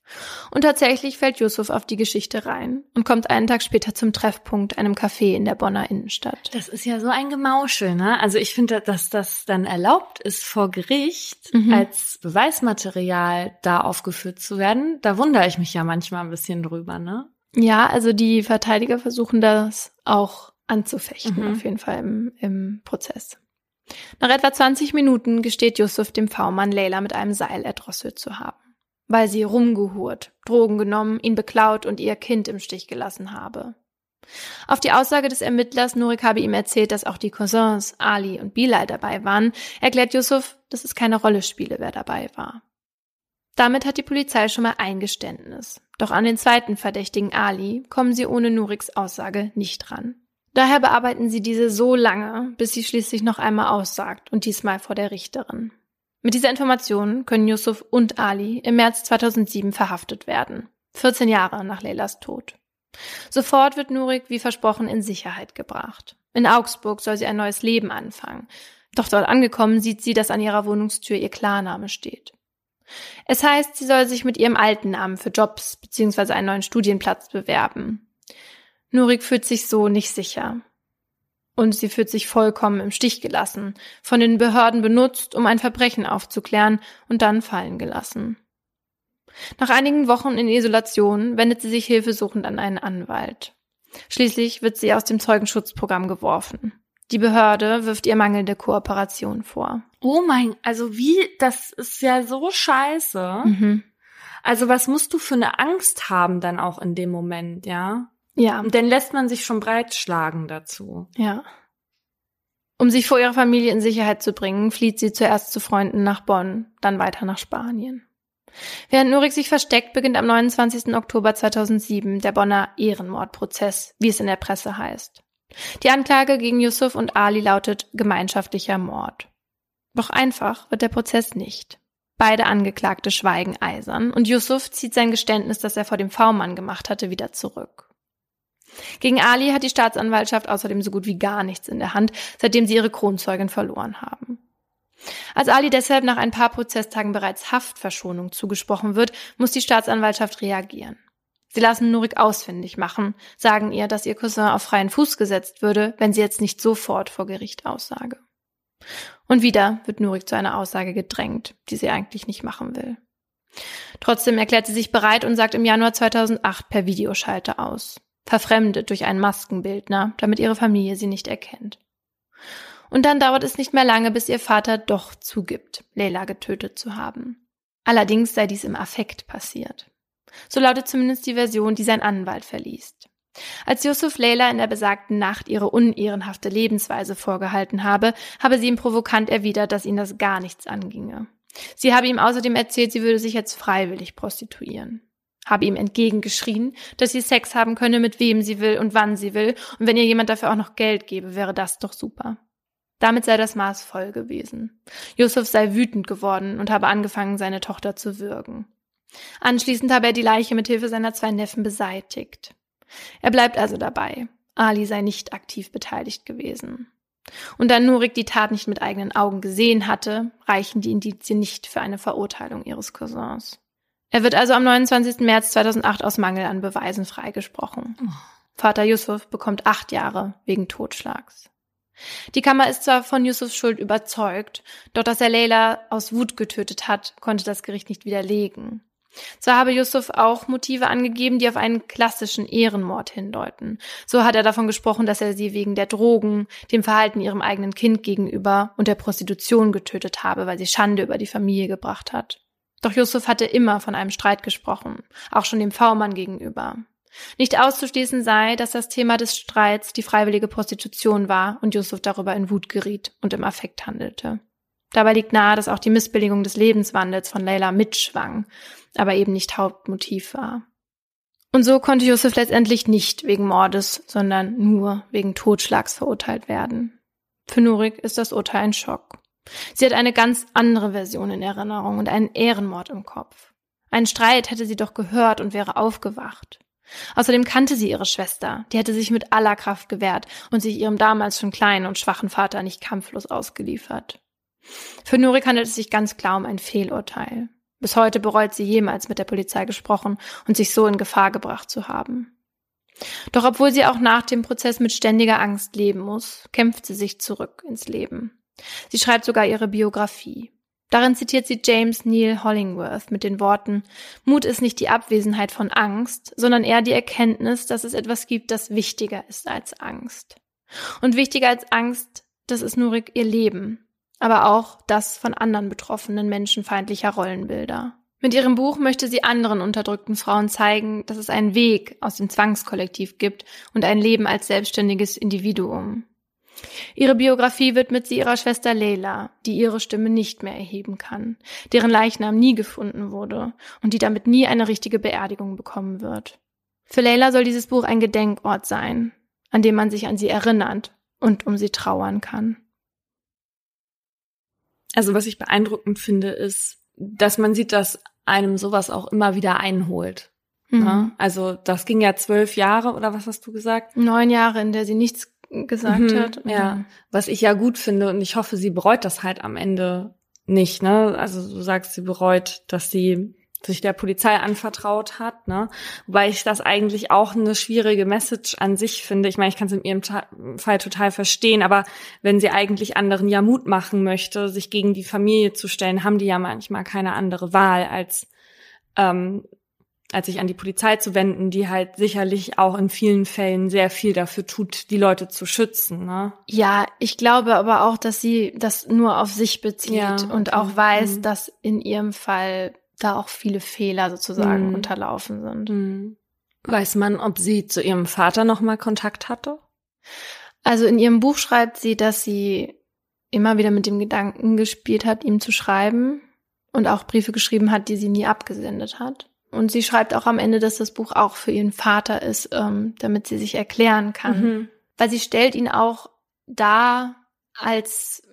Und tatsächlich fällt Yusuf auf die Geschichte rein und kommt einen Tag später zum Treffpunkt, einem Café in der Bonner Innenstadt. Das ist ja so ein Gemauschel, ne? Also ich finde, dass das dann erlaubt ist, vor Gericht Mhm. als Beweismaterial da aufgeführt zu werden. Da wundere ich mich ja manchmal ein bisschen drüber, ne? Ja, also die Verteidiger versuchen das auch anzufechten, Mhm. auf jeden Fall im, im Prozess. Nach etwa zwanzig Minuten gesteht Yusuf dem V-Mann, Leyla mit einem Seil erdrosselt zu haben, weil sie rumgehurt, Drogen genommen, ihn beklaut und ihr Kind im Stich gelassen habe. Auf die Aussage des Ermittlers, Nurik habe ihm erzählt, dass auch die Cousins Ali und Bilal dabei waren, erklärt Yusuf, dass es keine Rolle spiele, wer dabei war. Damit hat die Polizei schon mal ein Geständnis. Doch an den zweiten Verdächtigen Ali kommen sie ohne Nuriks Aussage nicht ran. Daher bearbeiten sie diese so lange, bis sie schließlich noch einmal aussagt und diesmal vor der Richterin. Mit dieser Information können Yusuf und Ali im März zweitausendsieben verhaftet werden, vierzehn Jahre nach Leylas Tod. Sofort wird Nurik wie versprochen in Sicherheit gebracht. In Augsburg soll sie ein neues Leben anfangen. Doch dort angekommen sieht sie, dass an ihrer Wohnungstür ihr Klarname steht. Es heißt, sie soll sich mit ihrem alten Namen für Jobs bzw. einen neuen Studienplatz bewerben. Nurik fühlt sich so nicht sicher. Und sie fühlt sich vollkommen im Stich gelassen, von den Behörden benutzt, um ein Verbrechen aufzuklären und dann fallen gelassen. Nach einigen Wochen in Isolation wendet sie sich hilfesuchend an einen Anwalt. Schließlich wird sie aus dem Zeugenschutzprogramm geworfen. Die Behörde wirft ihr mangelnde Kooperation vor. Oh mein, also wie, das ist ja so scheiße. Mhm. Also was musst du für eine Angst haben dann auch in dem Moment, ja? Ja. Und dann lässt man sich schon breitschlagen dazu. Ja. Um sich vor ihrer Familie in Sicherheit zu bringen, flieht sie zuerst zu Freunden nach Bonn, dann weiter nach Spanien. Während Nurik sich versteckt, beginnt am neunundzwanzigsten Oktober zweitausendsieben der Bonner Ehrenmordprozess, wie es in der Presse heißt. Die Anklage gegen Yusuf und Ali lautet gemeinschaftlicher Mord. Doch einfach wird der Prozess nicht. Beide Angeklagte schweigen eisern und Yusuf zieht sein Geständnis, das er vor dem V-Mann gemacht hatte, wieder zurück. Gegen Ali hat die Staatsanwaltschaft außerdem so gut wie gar nichts in der Hand, seitdem sie ihre Kronzeugin verloren haben. Als Ali deshalb nach ein paar Prozesstagen bereits Haftverschonung zugesprochen wird, muss die Staatsanwaltschaft reagieren. Sie lassen Nurik ausfindig machen, sagen ihr, dass ihr Cousin auf freien Fuß gesetzt würde, wenn sie jetzt nicht sofort vor Gericht aussage. Und wieder wird Nurik zu einer Aussage gedrängt, die sie eigentlich nicht machen will. Trotzdem erklärt sie sich bereit und sagt im Januar zweitausendacht per Videoschalte aus. Verfremdet durch einen Maskenbildner, damit ihre Familie sie nicht erkennt. Und dann dauert es nicht mehr lange, bis ihr Vater doch zugibt, Leyla getötet zu haben. Allerdings sei dies im Affekt passiert. So lautet zumindest die Version, die sein Anwalt verliest. Als Yusuf Leyla in der besagten Nacht ihre unehrenhafte Lebensweise vorgehalten habe, habe sie ihm provokant erwidert, dass ihn das gar nichts anginge. Sie habe ihm außerdem erzählt, sie würde sich jetzt freiwillig prostituieren. Habe ihm entgegengeschrien, dass sie Sex haben könne, mit wem sie will und wann sie will, und wenn ihr jemand dafür auch noch Geld gebe, wäre das doch super. Damit sei das Maß voll gewesen. Yusuf sei wütend geworden und habe angefangen, seine Tochter zu würgen. Anschließend habe er die Leiche mit Hilfe seiner zwei Neffen beseitigt. Er bleibt also dabei. Ali sei nicht aktiv beteiligt gewesen. Und da Nurik die Tat nicht mit eigenen Augen gesehen hatte, reichen die Indizien nicht für eine Verurteilung ihres Cousins. Er wird also am neunundzwanzigsten März zweitausendacht aus Mangel an Beweisen freigesprochen. Oh. Vater Yusuf bekommt acht Jahre wegen Totschlags. Die Kammer ist zwar von Yusufs Schuld überzeugt, doch dass er Leyla aus Wut getötet hat, konnte das Gericht nicht widerlegen. Zwar habe Yusuf auch Motive angegeben, die auf einen klassischen Ehrenmord hindeuten. So hat er davon gesprochen, dass er sie wegen der Drogen, dem Verhalten ihrem eigenen Kind gegenüber und der Prostitution getötet habe, weil sie Schande über die Familie gebracht hat. Doch Yusuf hatte immer von einem Streit gesprochen, auch schon dem V-Mann gegenüber. Nicht auszuschließen sei, dass das Thema des Streits die freiwillige Prostitution war und Yusuf darüber in Wut geriet und im Affekt handelte. Dabei liegt nahe, dass auch die Missbilligung des Lebenswandels von Leyla mitschwang, aber eben nicht Hauptmotiv war. Und so konnte Yusuf letztendlich nicht wegen Mordes, sondern nur wegen Totschlags verurteilt werden. Für Nurik ist das Urteil ein Schock. Sie hat eine ganz andere Version in Erinnerung und einen Ehrenmord im Kopf. Einen Streit hätte sie doch gehört und wäre aufgewacht. Außerdem kannte sie ihre Schwester, die hätte sich mit aller Kraft gewehrt und sich ihrem damals schon kleinen und schwachen Vater nicht kampflos ausgeliefert. Für Nurik handelt es sich ganz klar um ein Fehlurteil. Bis heute bereut sie jemals mit der Polizei gesprochen und sich so in Gefahr gebracht zu haben. Doch obwohl sie auch nach dem Prozess mit ständiger Angst leben muss, kämpft sie sich zurück ins Leben. Sie schreibt sogar ihre Biografie. Darin zitiert sie James Neal Hollingworth mit den Worten: Mut ist nicht die Abwesenheit von Angst, sondern eher die Erkenntnis, dass es etwas gibt, das wichtiger ist als Angst. Und wichtiger als Angst, das ist Nurik ihr Leben, aber auch das von anderen Betroffenen menschenfeindlicher Rollenbilder. Mit ihrem Buch möchte sie anderen unterdrückten Frauen zeigen, dass es einen Weg aus dem Zwangskollektiv gibt und ein Leben als selbstständiges Individuum. Ihre Biografie widmet sie ihrer Schwester Leyla, die ihre Stimme nicht mehr erheben kann, deren Leichnam nie gefunden wurde und die damit nie eine richtige Beerdigung bekommen wird. Für Leyla soll dieses Buch ein Gedenkort sein, an dem man sich an sie erinnert und um sie trauern kann. Also was ich beeindruckend finde, ist, dass man sieht, dass einem sowas auch immer wieder einholt. Mhm. Ja? Also das ging ja zwölf Jahre, oder was hast du gesagt? Neun Jahre, in der sie nichts gesagt mhm, hat. Ja, was ich ja gut finde, und ich hoffe, sie bereut das halt am Ende nicht, ne? Also du sagst, sie bereut, dass sie sich der Polizei anvertraut hat, ne? Wobei ich das eigentlich auch eine schwierige Message an sich finde. Ich meine, ich kann es in ihrem Ta- Fall total verstehen, aber wenn sie eigentlich anderen ja Mut machen möchte, sich gegen die Familie zu stellen, haben die ja manchmal keine andere Wahl, als ähm, als sich an die Polizei zu wenden, die halt sicherlich auch in vielen Fällen sehr viel dafür tut, die Leute zu schützen, ne? Ja, ich glaube aber auch, dass sie das nur auf sich bezieht ja, okay. und auch weiß, mhm. dass in ihrem Fall da auch viele Fehler sozusagen mhm. unterlaufen sind. Mhm. Weiß man, ob sie zu ihrem Vater noch mal Kontakt hatte? Also in ihrem Buch schreibt sie, dass sie immer wieder mit dem Gedanken gespielt hat, ihm zu schreiben und auch Briefe geschrieben hat, die sie nie abgesendet hat. Und sie schreibt auch am Ende, dass das Buch auch für ihren Vater ist, ähm, damit sie sich erklären kann. Mhm. Weil sie stellt ihn auch dar als,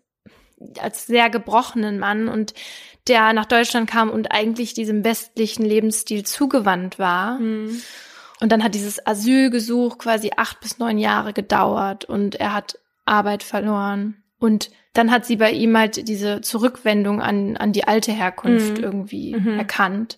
als sehr gebrochenen Mann und der nach Deutschland kam und eigentlich diesem westlichen Lebensstil zugewandt war. Mhm. Und dann hat dieses Asylgesuch quasi acht bis neun Jahre gedauert und er hat Arbeit verloren. Und dann hat sie bei ihm halt diese Zurückwendung an, an die alte Herkunft mhm. irgendwie mhm. erkannt.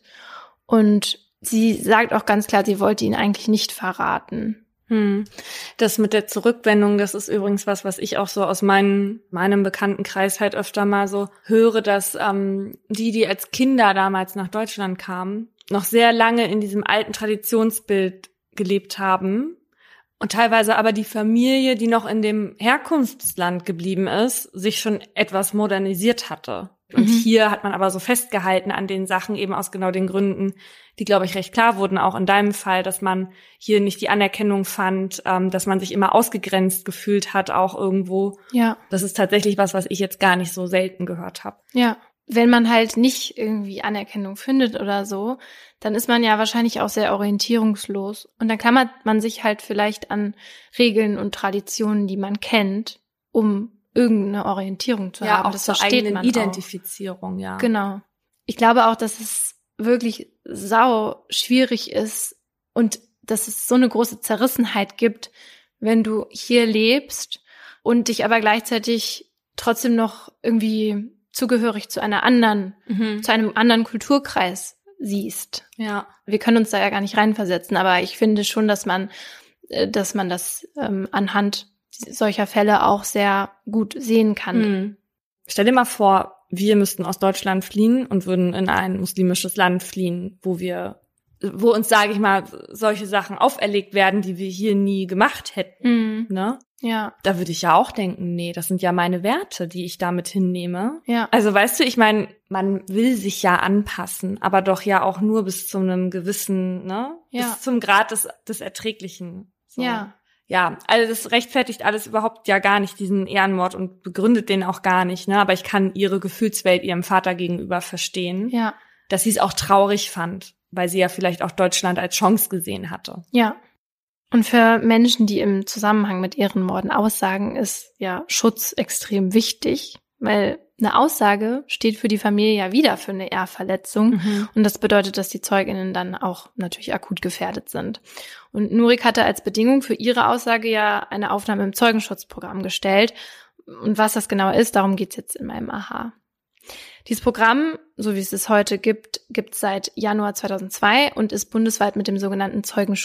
Und sie sagt auch ganz klar, sie wollte ihn eigentlich nicht verraten. Hm. Das mit der Zurückwendung, das ist übrigens was, was ich auch so aus meinem, meinem Bekanntenkreis halt öfter mal so höre, dass ähm, die, die als Kinder damals nach Deutschland kamen, noch sehr lange in diesem alten Traditionsbild gelebt haben und teilweise aber die Familie, die noch in dem Herkunftsland geblieben ist, sich schon etwas modernisiert hatte. Und mhm. hier hat man aber so festgehalten an den Sachen, eben aus genau den Gründen, die, glaube ich, recht klar wurden, auch in deinem Fall, dass man hier nicht die Anerkennung fand, ähm, dass man sich immer ausgegrenzt gefühlt hat, auch irgendwo. Ja. Das ist tatsächlich was, was ich jetzt gar nicht so selten gehört habe. Ja. Wenn man halt nicht irgendwie Anerkennung findet oder so, dann ist man ja wahrscheinlich auch sehr orientierungslos. Und dann klammert man sich halt vielleicht an Regeln und Traditionen, die man kennt, um irgendeine Orientierung zu ja, haben. Auch das versteht man Identifizierung, auch. ja. Genau. Ich glaube auch, dass es wirklich sau schwierig ist und dass es so eine große Zerrissenheit gibt, wenn du hier lebst und dich aber gleichzeitig trotzdem noch irgendwie zugehörig zu einer anderen, mhm. zu einem anderen Kulturkreis siehst. Ja. Wir können uns da ja gar nicht reinversetzen, aber ich finde schon, dass man, dass man das ähm, anhand solcher Fälle auch sehr gut sehen kann. Hm. Stell dir mal vor, wir müssten aus Deutschland fliehen und würden in ein muslimisches Land fliehen, wo wir wo uns, sage ich mal, solche Sachen auferlegt werden, die wir hier nie gemacht hätten, Mhm. ne? Ja. Da würde ich ja auch denken, nee, das sind ja meine Werte, die ich damit hinnehme. Ja. Also weißt du, ich meine, man will sich ja anpassen, aber doch ja auch nur bis zu einem gewissen, ne? Ja. Bis zum Grad des, des Erträglichen. So. Ja. Ja, also das rechtfertigt alles überhaupt ja gar nicht, diesen Ehrenmord, und begründet den auch gar nicht, ne? Aber ich kann ihre Gefühlswelt ihrem Vater gegenüber verstehen, Ja. dass sie es auch traurig fand, weil sie ja vielleicht auch Deutschland als Chance gesehen hatte. Ja. Und für Menschen, die im Zusammenhang mit Ehrenmorden aussagen, ist ja Schutz extrem wichtig, weil eine Aussage steht für die Familie ja wieder für eine Ehrverletzung. Mhm. Und das bedeutet, dass die ZeugInnen dann auch natürlich akut gefährdet sind. Und Nurik hatte als Bedingung für ihre Aussage ja eine Aufnahme im Zeugenschutzprogramm gestellt. Und was das genau ist, darum geht's jetzt in meinem Aha. Dieses Programm, so wie es es heute gibt, gibt es seit Januar zweitausendzwei und ist bundesweit mit dem sogenannten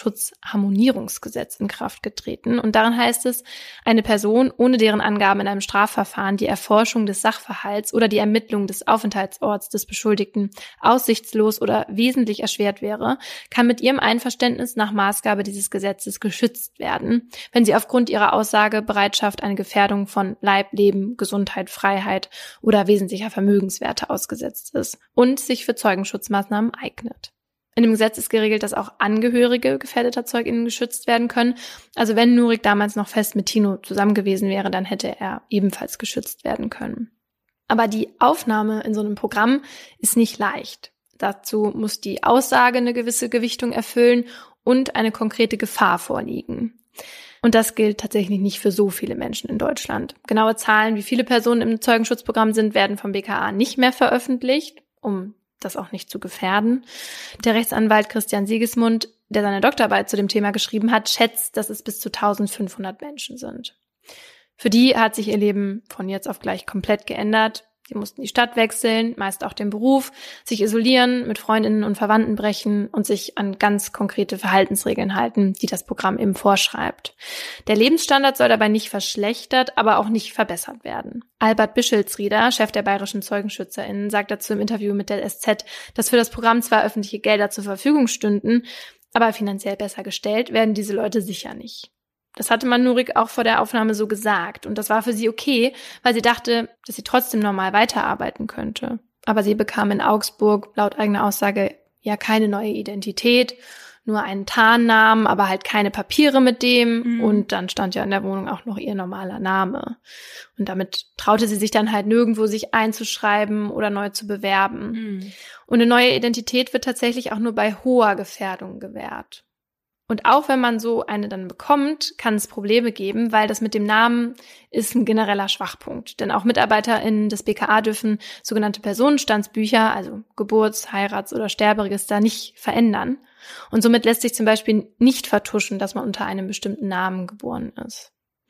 Zeugenschutzharmonierungsgesetz in Kraft getreten. Und darin heißt es, eine Person, ohne deren Angaben in einem Strafverfahren die Erforschung des Sachverhalts oder die Ermittlung des Aufenthaltsorts des Beschuldigten aussichtslos oder wesentlich erschwert wäre, kann mit ihrem Einverständnis nach Maßgabe dieses Gesetzes geschützt werden, wenn sie aufgrund ihrer Aussagebereitschaft eine Gefährdung von Leib, Leben, Gesundheit, Freiheit oder wesentlicher Vermögenswerte ausgesetzt ist und sich für Zeugenschutzmaßnahmen eignet. In dem Gesetz ist geregelt, dass auch Angehörige gefährdeter ZeugInnen geschützt werden können. Also wenn Nurik damals noch fest mit Tino zusammen gewesen wäre, dann hätte er ebenfalls geschützt werden können. Aber die Aufnahme in so einem Programm ist nicht leicht. Dazu muss die Aussage eine gewisse Gewichtung erfüllen und eine konkrete Gefahr vorliegen. Und das gilt tatsächlich nicht für so viele Menschen in Deutschland. Genaue Zahlen, wie viele Personen im Zeugenschutzprogramm sind, werden vom B K A nicht mehr veröffentlicht, um das auch nicht zu gefährden. Der Rechtsanwalt Christian Sigismund, der seine Doktorarbeit zu dem Thema geschrieben hat, schätzt, dass es bis zu eintausendfünfhundert Menschen sind. Für die hat sich ihr Leben von jetzt auf gleich komplett geändert. Sie mussten die Stadt wechseln, meist auch den Beruf, sich isolieren, mit Freundinnen und Verwandten brechen und sich an ganz konkrete Verhaltensregeln halten, die das Programm eben vorschreibt. Der Lebensstandard soll dabei nicht verschlechtert, aber auch nicht verbessert werden. Albert Bischelsrieder, Chef der bayerischen ZeugenschützerInnen, sagt dazu im Interview mit der S Z, dass für das Programm zwar öffentliche Gelder zur Verfügung stünden, aber finanziell besser gestellt werden diese Leute sicher nicht. Das hatte man Nurik auch vor der Aufnahme so gesagt. Und das war für sie okay, weil sie dachte, dass sie trotzdem normal weiterarbeiten könnte. Aber sie bekam in Augsburg laut eigener Aussage ja keine neue Identität, nur einen Tarnnamen, aber halt keine Papiere mit dem. Mhm. Und dann stand ja in der Wohnung auch noch ihr normaler Name. Und damit traute sie sich dann halt nirgendwo, sich einzuschreiben oder neu zu bewerben. Mhm. Und eine neue Identität wird tatsächlich auch nur bei hoher Gefährdung gewährt. Und auch wenn man so eine dann bekommt, kann es Probleme geben, weil das mit dem Namen ist ein genereller Schwachpunkt. Denn auch MitarbeiterInnen des B K A dürfen sogenannte Personenstandsbücher, also Geburts-, Heirats- oder Sterberegister, nicht verändern. Und somit lässt sich zum Beispiel nicht vertuschen, dass man unter einem bestimmten Namen geboren ist.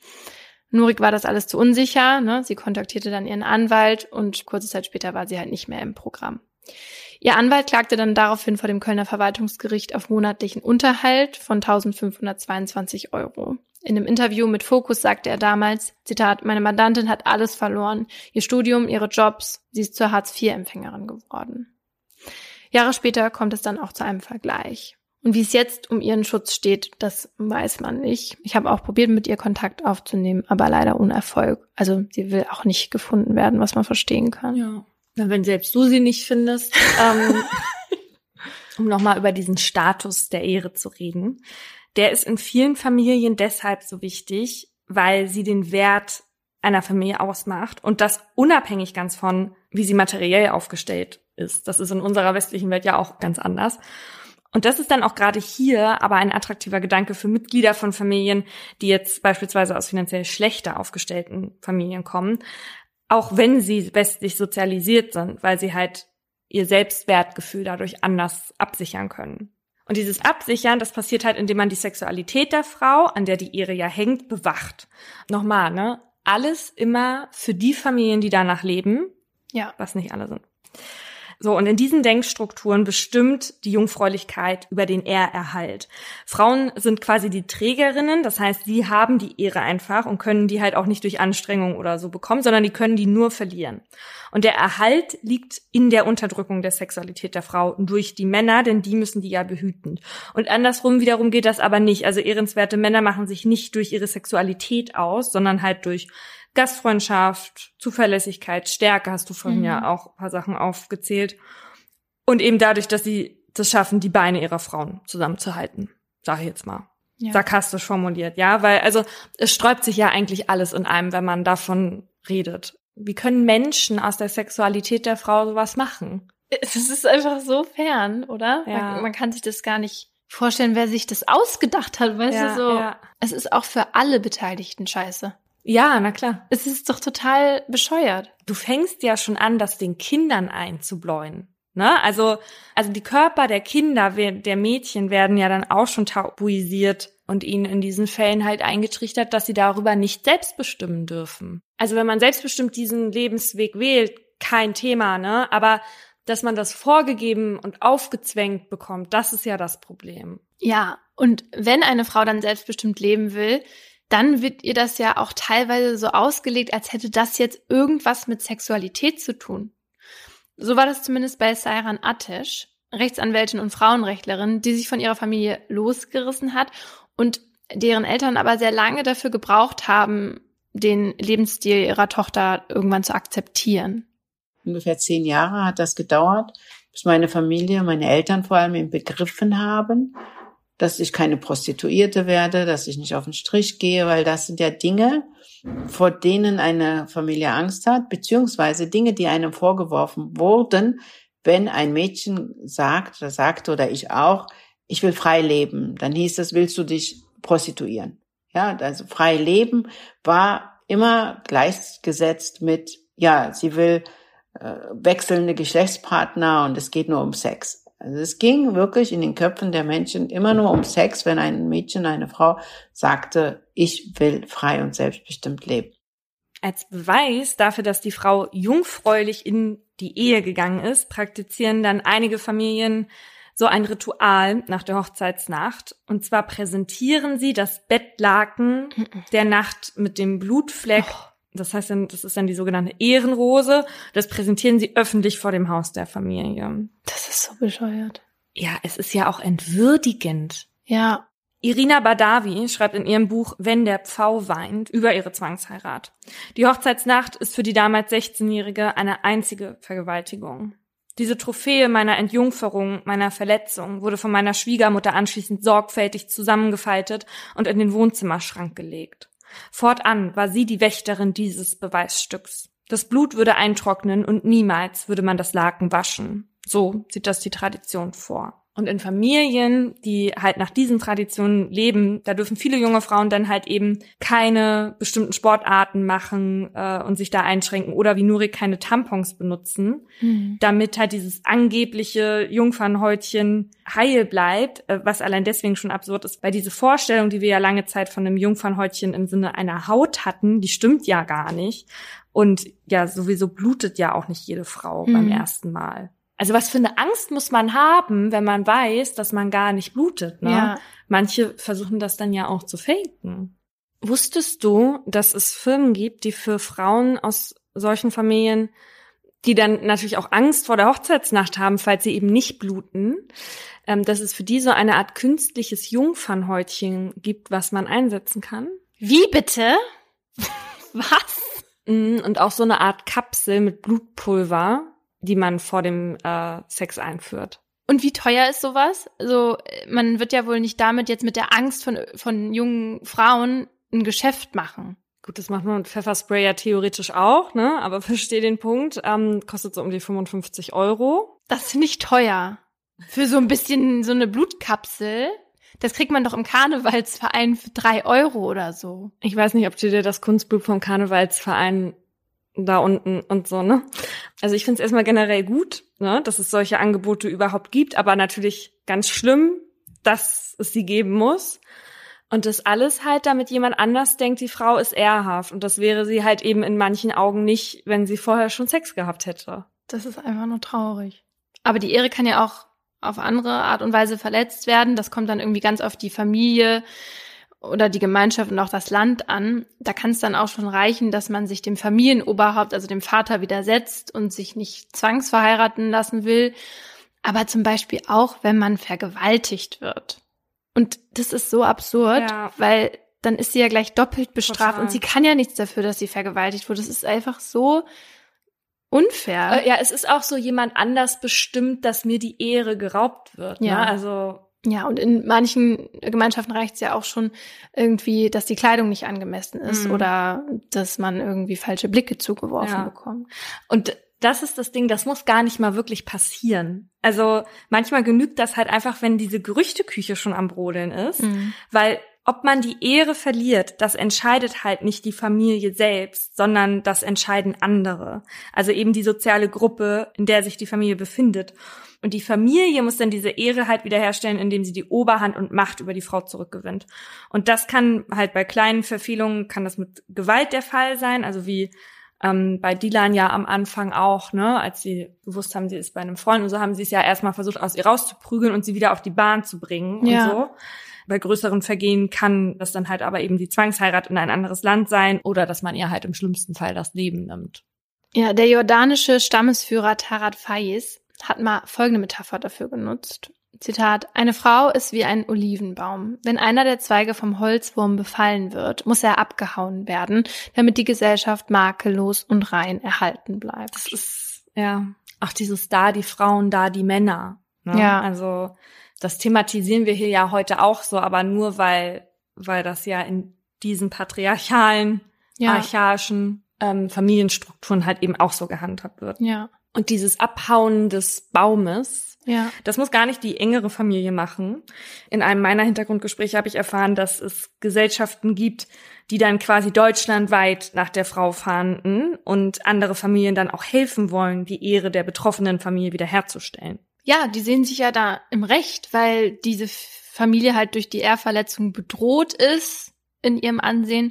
Nurik war das alles zu unsicher, ne? Sie kontaktierte dann ihren Anwalt und kurze Zeit später war sie halt nicht mehr im Programm. Ihr Anwalt klagte dann daraufhin vor dem Kölner Verwaltungsgericht auf monatlichen Unterhalt von eintausendfünfhundertzweiundzwanzig Euro. In einem Interview mit Focus sagte er damals, Zitat, meine Mandantin hat alles verloren, ihr Studium, ihre Jobs, sie ist zur Hartz vier Empfängerin geworden. Jahre später kommt es dann auch zu einem Vergleich. Und wie es jetzt um ihren Schutz steht, das weiß man nicht. Ich habe auch probiert, mit ihr Kontakt aufzunehmen, aber leider ohne Erfolg. Also sie will auch nicht gefunden werden, was man verstehen kann. Ja. Wenn selbst du sie nicht findest, ähm, um nochmal über diesen Status der Ehre zu reden. Der ist in vielen Familien deshalb so wichtig, weil sie den Wert einer Familie ausmacht und das unabhängig ganz von, wie sie materiell aufgestellt ist. Das ist in unserer westlichen Welt ja auch ganz anders. Und das ist dann auch gerade hier aber ein attraktiver Gedanke für Mitglieder von Familien, die jetzt beispielsweise aus finanziell schlechter aufgestellten Familien kommen, auch wenn sie westlich sozialisiert sind, weil sie halt ihr Selbstwertgefühl dadurch anders absichern können. Und dieses Absichern, das passiert halt, indem man die Sexualität der Frau, an der die Ehre ja hängt, bewacht. Nochmal, ne? Alles immer für die Familien, die danach leben, ja, was nicht alle sind. So, und in diesen Denkstrukturen bestimmt die Jungfräulichkeit über den Ehrerhalt. Frauen sind quasi die Trägerinnen, das heißt, sie haben die Ehre einfach und können die halt auch nicht durch Anstrengung oder so bekommen, sondern die können die nur verlieren. Und der Erhalt liegt in der Unterdrückung der Sexualität der Frau durch die Männer, denn die müssen die ja behüten. Und andersrum wiederum geht das aber nicht. Also ehrenswerte Männer machen sich nicht durch ihre Sexualität aus, sondern halt durch Gastfreundschaft, Zuverlässigkeit, Stärke, hast du vorhin mhm. ja auch ein paar Sachen aufgezählt. Und eben dadurch, dass sie das schaffen, die Beine ihrer Frauen zusammenzuhalten. Sag ich jetzt mal. Ja. Sarkastisch formuliert, ja. Weil, also, es sträubt sich ja eigentlich alles in einem, wenn man davon redet. Wie können Menschen aus der Sexualität der Frau sowas machen? Es ist einfach so fern, oder? Ja. Man, man kann sich das gar nicht vorstellen, wer sich das ausgedacht hat, weißt ja, du, so. Ja. Es ist auch für alle Beteiligten scheiße. Ja, na klar. Es ist doch total bescheuert. Du fängst ja schon an, das den Kindern einzubläuen. Ne? Also, also die Körper der Kinder, der Mädchen werden ja dann auch schon tabuisiert und ihnen in diesen Fällen halt eingetrichtert, dass sie darüber nicht selbst bestimmen dürfen. Also wenn man selbstbestimmt diesen Lebensweg wählt, kein Thema, ne? Aber dass man das vorgegeben und aufgezwängt bekommt, das ist ja das Problem. Ja, und wenn eine Frau dann selbstbestimmt leben will, dann wird ihr das ja auch teilweise so ausgelegt, als hätte das jetzt irgendwas mit Sexualität zu tun. So war das zumindest bei Seyran Ateş, Rechtsanwältin und Frauenrechtlerin, die sich von ihrer Familie losgerissen hat und deren Eltern aber sehr lange dafür gebraucht haben, den Lebensstil ihrer Tochter irgendwann zu akzeptieren. Ungefähr zehn Jahre hat das gedauert, bis meine Familie, meine Eltern vor allem begriffen haben, dass ich keine Prostituierte werde, dass ich nicht auf den Strich gehe, weil das sind ja Dinge, vor denen eine Familie Angst hat, beziehungsweise Dinge, die einem vorgeworfen wurden, wenn ein Mädchen sagt oder sagte oder ich auch, ich will frei leben, dann hieß es, willst du dich prostituieren? Ja, also frei leben war immer gleichgesetzt mit, ja, sie will äh, wechselnde Geschlechtspartner und es geht nur um Sex. Also es ging wirklich in den Köpfen der Menschen immer nur um Sex, wenn ein Mädchen, eine Frau sagte, ich will frei und selbstbestimmt leben. Als Beweis dafür, dass die Frau jungfräulich in die Ehe gegangen ist, praktizieren dann einige Familien so ein Ritual nach der Hochzeitsnacht. Und zwar präsentieren sie das Bettlaken der Nacht mit dem Blutfleck. Oh. Das heißt dann, das ist dann die sogenannte Ehrenrose. Das präsentieren sie öffentlich vor dem Haus der Familie. Das ist so bescheuert. Ja, es ist ja auch entwürdigend. Ja. Irina Badawi schreibt in ihrem Buch Wenn der Pfau weint über ihre Zwangsheirat. Die Hochzeitsnacht ist für die damals sechzehnjährige eine einzige Vergewaltigung. Diese Trophäe meiner Entjungferung, meiner Verletzung, wurde von meiner Schwiegermutter anschließend sorgfältig zusammengefaltet und in den Wohnzimmerschrank gelegt. Fortan war sie die Wächterin dieses Beweisstücks. Das Blut würde eintrocknen und niemals würde man das Laken waschen. So sieht das die Tradition vor. Und in Familien, die halt nach diesen Traditionen leben, da dürfen viele junge Frauen dann halt eben keine bestimmten Sportarten machen äh, und sich da einschränken oder wie Nuri keine Tampons benutzen, mhm. damit halt dieses angebliche Jungfernhäutchen heil bleibt, äh, was allein deswegen schon absurd ist, weil diese Vorstellung, die wir ja lange Zeit von einem Jungfernhäutchen im Sinne einer Haut hatten, die stimmt ja gar nicht. Und ja, sowieso blutet ja auch nicht jede Frau mhm. beim ersten Mal. Also was für eine Angst muss man haben, wenn man weiß, dass man gar nicht blutet, ne? Ja. Manche versuchen das dann ja auch zu faken. Wusstest du, dass es Firmen gibt, die für Frauen aus solchen Familien, die dann natürlich auch Angst vor der Hochzeitsnacht haben, falls sie eben nicht bluten, ähm, dass es für die so eine Art künstliches Jungfernhäutchen gibt, was man einsetzen kann? Wie bitte? Was? Und auch so eine Art Kapsel mit Blutpulver, die man vor dem äh, Sex einführt. Und wie teuer ist sowas? Also man wird ja wohl nicht damit jetzt mit der Angst von von jungen Frauen ein Geschäft machen. Gut, das macht man mit Pfefferspray ja theoretisch auch, ne? Aber verstehe den Punkt. Ähm, kostet so um die fünfundfünfzig Euro. Das finde ich teuer. Für so ein bisschen so eine Blutkapsel. Das kriegt man doch im Karnevalsverein für drei Euro oder so. Ich weiß nicht, ob du dir das Kunstblut vom Karnevalsverein da unten und so, ne? Also ich finde es erstmal generell gut, ne, dass es solche Angebote überhaupt gibt, aber natürlich ganz schlimm, dass es sie geben muss. Und das alles halt, damit jemand anders denkt, die Frau ist ehrhaft. Und das wäre sie halt eben in manchen Augen nicht, wenn sie vorher schon Sex gehabt hätte. Das ist einfach nur traurig. Aber die Ehre kann ja auch auf andere Art und Weise verletzt werden. Das kommt dann irgendwie ganz auf die Familie oder die Gemeinschaft und auch das Land an. Da kann es dann auch schon reichen, dass man sich dem Familienoberhaupt, also dem Vater, widersetzt und sich nicht zwangsverheiraten lassen will. Aber zum Beispiel auch, wenn man vergewaltigt wird. Und das ist so absurd, ja. weil dann ist sie ja gleich doppelt bestraft. Total. Und sie kann ja nichts dafür, dass sie vergewaltigt wurde. Das ist einfach so unfair. Äh, ja, es ist auch so, jemand anders bestimmt, dass mir die Ehre geraubt wird. Ja, ne? Also ja, und in manchen Gemeinschaften reicht es ja auch schon irgendwie, dass die Kleidung nicht angemessen ist mhm. oder dass man irgendwie falsche Blicke zugeworfen ja. bekommt. Und das ist das Ding, das muss gar nicht mal wirklich passieren. Also manchmal genügt das halt einfach, wenn diese Gerüchteküche schon am Brodeln ist, mhm. weil ob man die Ehre verliert, das entscheidet halt nicht die Familie selbst, sondern das entscheiden andere. Also eben die soziale Gruppe, in der sich die Familie befindet. Und die Familie muss dann diese Ehre halt wiederherstellen, indem sie die Oberhand und Macht über die Frau zurückgewinnt. Und das kann halt bei kleinen Verfehlungen, kann das mit Gewalt der Fall sein, also wie ähm, bei Dilan ja am Anfang auch, ne, als sie gewusst haben, sie ist bei einem Freund und so, haben sie es ja erstmal versucht, aus ihr rauszuprügeln und sie wieder auf die Bahn zu bringen und ja. so. Bei größeren Vergehen kann das dann halt aber eben die Zwangsheirat in ein anderes Land sein oder dass man ihr halt im schlimmsten Fall das Leben nimmt. Ja, der jordanische Stammesführer Tarat Faiz hat mal folgende Metapher dafür genutzt. Zitat: Eine Frau ist wie ein Olivenbaum. Wenn einer der Zweige vom Holzwurm befallen wird, muss er abgehauen werden, damit die Gesellschaft makellos und rein erhalten bleibt. Das ist, ja, auch dieses da die Frauen, da die Männer. Ne? Ja. Also das thematisieren wir hier ja heute auch so, aber nur weil weil das ja in diesen patriarchalen, ja. archaischen ähm, Familienstrukturen halt eben auch so gehandhabt wird. Ja. Und dieses Abhauen des Baumes, ja. das muss gar nicht die engere Familie machen. In einem meiner Hintergrundgespräche habe ich erfahren, dass es Gesellschaften gibt, die dann quasi deutschlandweit nach der Frau fahnden und andere Familien dann auch helfen wollen, die Ehre der betroffenen Familie wiederherzustellen. Ja, die sehen sich ja da im Recht, weil diese Familie halt durch die Ehrverletzung bedroht ist in ihrem Ansehen.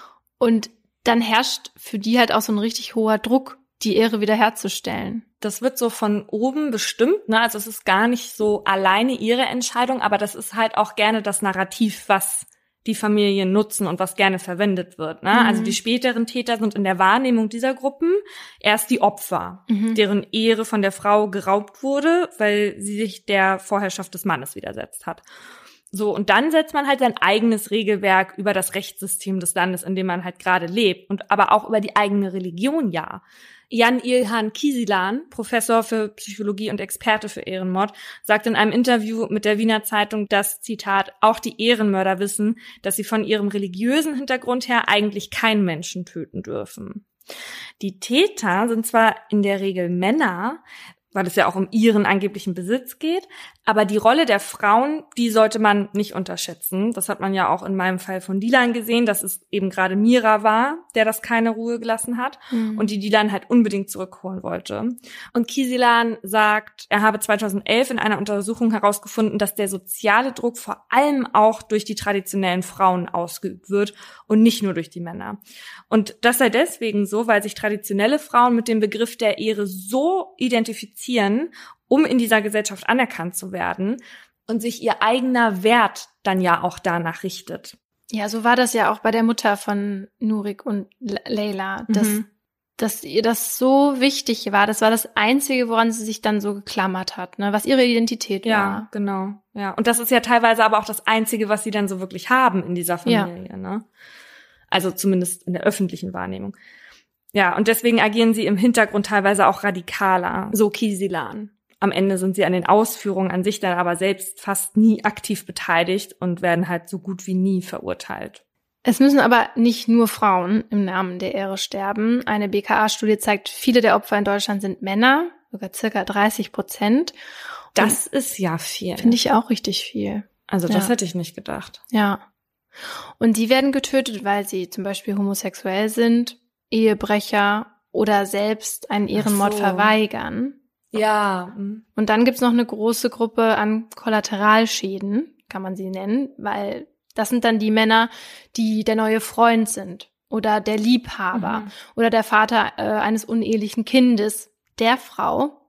Und dann herrscht für die halt auch so ein richtig hoher Druck, die Ehre wiederherzustellen. Das wird so von oben bestimmt, ne? Also es ist gar nicht so alleine ihre Entscheidung, aber das ist halt auch gerne das Narrativ, was die Familien nutzen und was gerne verwendet wird. Ne? Mhm. Also die späteren Täter sind in der Wahrnehmung dieser Gruppen erst die Opfer, mhm. deren Ehre von der Frau geraubt wurde, weil sie sich der Vorherrschaft des Mannes widersetzt hat. So, und dann setzt man halt sein eigenes Regelwerk über das Rechtssystem des Landes, in dem man halt gerade lebt, und aber auch über die eigene Religion, ja. Jan Ilhan Kisilan, Professor für Psychologie und Experte für Ehrenmord, sagt in einem Interview mit der Wiener Zeitung, dass, Zitat, auch die Ehrenmörder wissen, dass sie von ihrem religiösen Hintergrund her eigentlich keinen Menschen töten dürfen. Die Täter sind zwar in der Regel Männer, weil es ja auch um ihren angeblichen Besitz geht, aber die Rolle der Frauen, die sollte man nicht unterschätzen. Das hat man ja auch in meinem Fall von Dilan gesehen, dass es eben gerade Mira war, der das keine Ruhe gelassen hat mhm. und die Dilan halt unbedingt zurückholen wollte. Und Kisilan sagt, er habe zweitausendelf in einer Untersuchung herausgefunden, dass der soziale Druck vor allem auch durch die traditionellen Frauen ausgeübt wird und nicht nur durch die Männer. Und das sei deswegen so, weil sich traditionelle Frauen mit dem Begriff der Ehre so identifizieren, um in dieser Gesellschaft anerkannt zu werden und sich ihr eigener Wert dann ja auch danach richtet. Ja, so war das ja auch bei der Mutter von Nurik und Leila, dass, mhm. dass ihr das so wichtig war. Das war das Einzige, woran sie sich dann so geklammert hat, ne, was ihre Identität ja, war. Ja, genau. Ja, und das ist ja teilweise aber auch das Einzige, was sie dann so wirklich haben in dieser Familie, ja. ne? Also zumindest in der öffentlichen Wahrnehmung. Ja, und deswegen agieren sie im Hintergrund teilweise auch radikaler, so Kisilan. Am Ende sind sie an den Ausführungen an sich dann aber selbst fast nie aktiv beteiligt und werden halt so gut wie nie verurteilt. Es müssen aber nicht nur Frauen im Namen der Ehre sterben. Eine B K A-Studie zeigt, viele der Opfer in Deutschland sind Männer, sogar circa dreißig Prozent. Das und ist ja viel. Finde ich auch richtig viel. Also das ja. hätte ich nicht gedacht. Ja. Und die werden getötet, weil sie zum Beispiel homosexuell sind, Ehebrecher oder selbst einen Ehrenmord so. verweigern. Ja. Und dann gibt's noch eine große Gruppe an Kollateralschäden, kann man sie nennen, weil das sind dann die Männer, die der neue Freund sind oder der Liebhaber mhm. oder der Vater äh, eines unehelichen Kindes der Frau,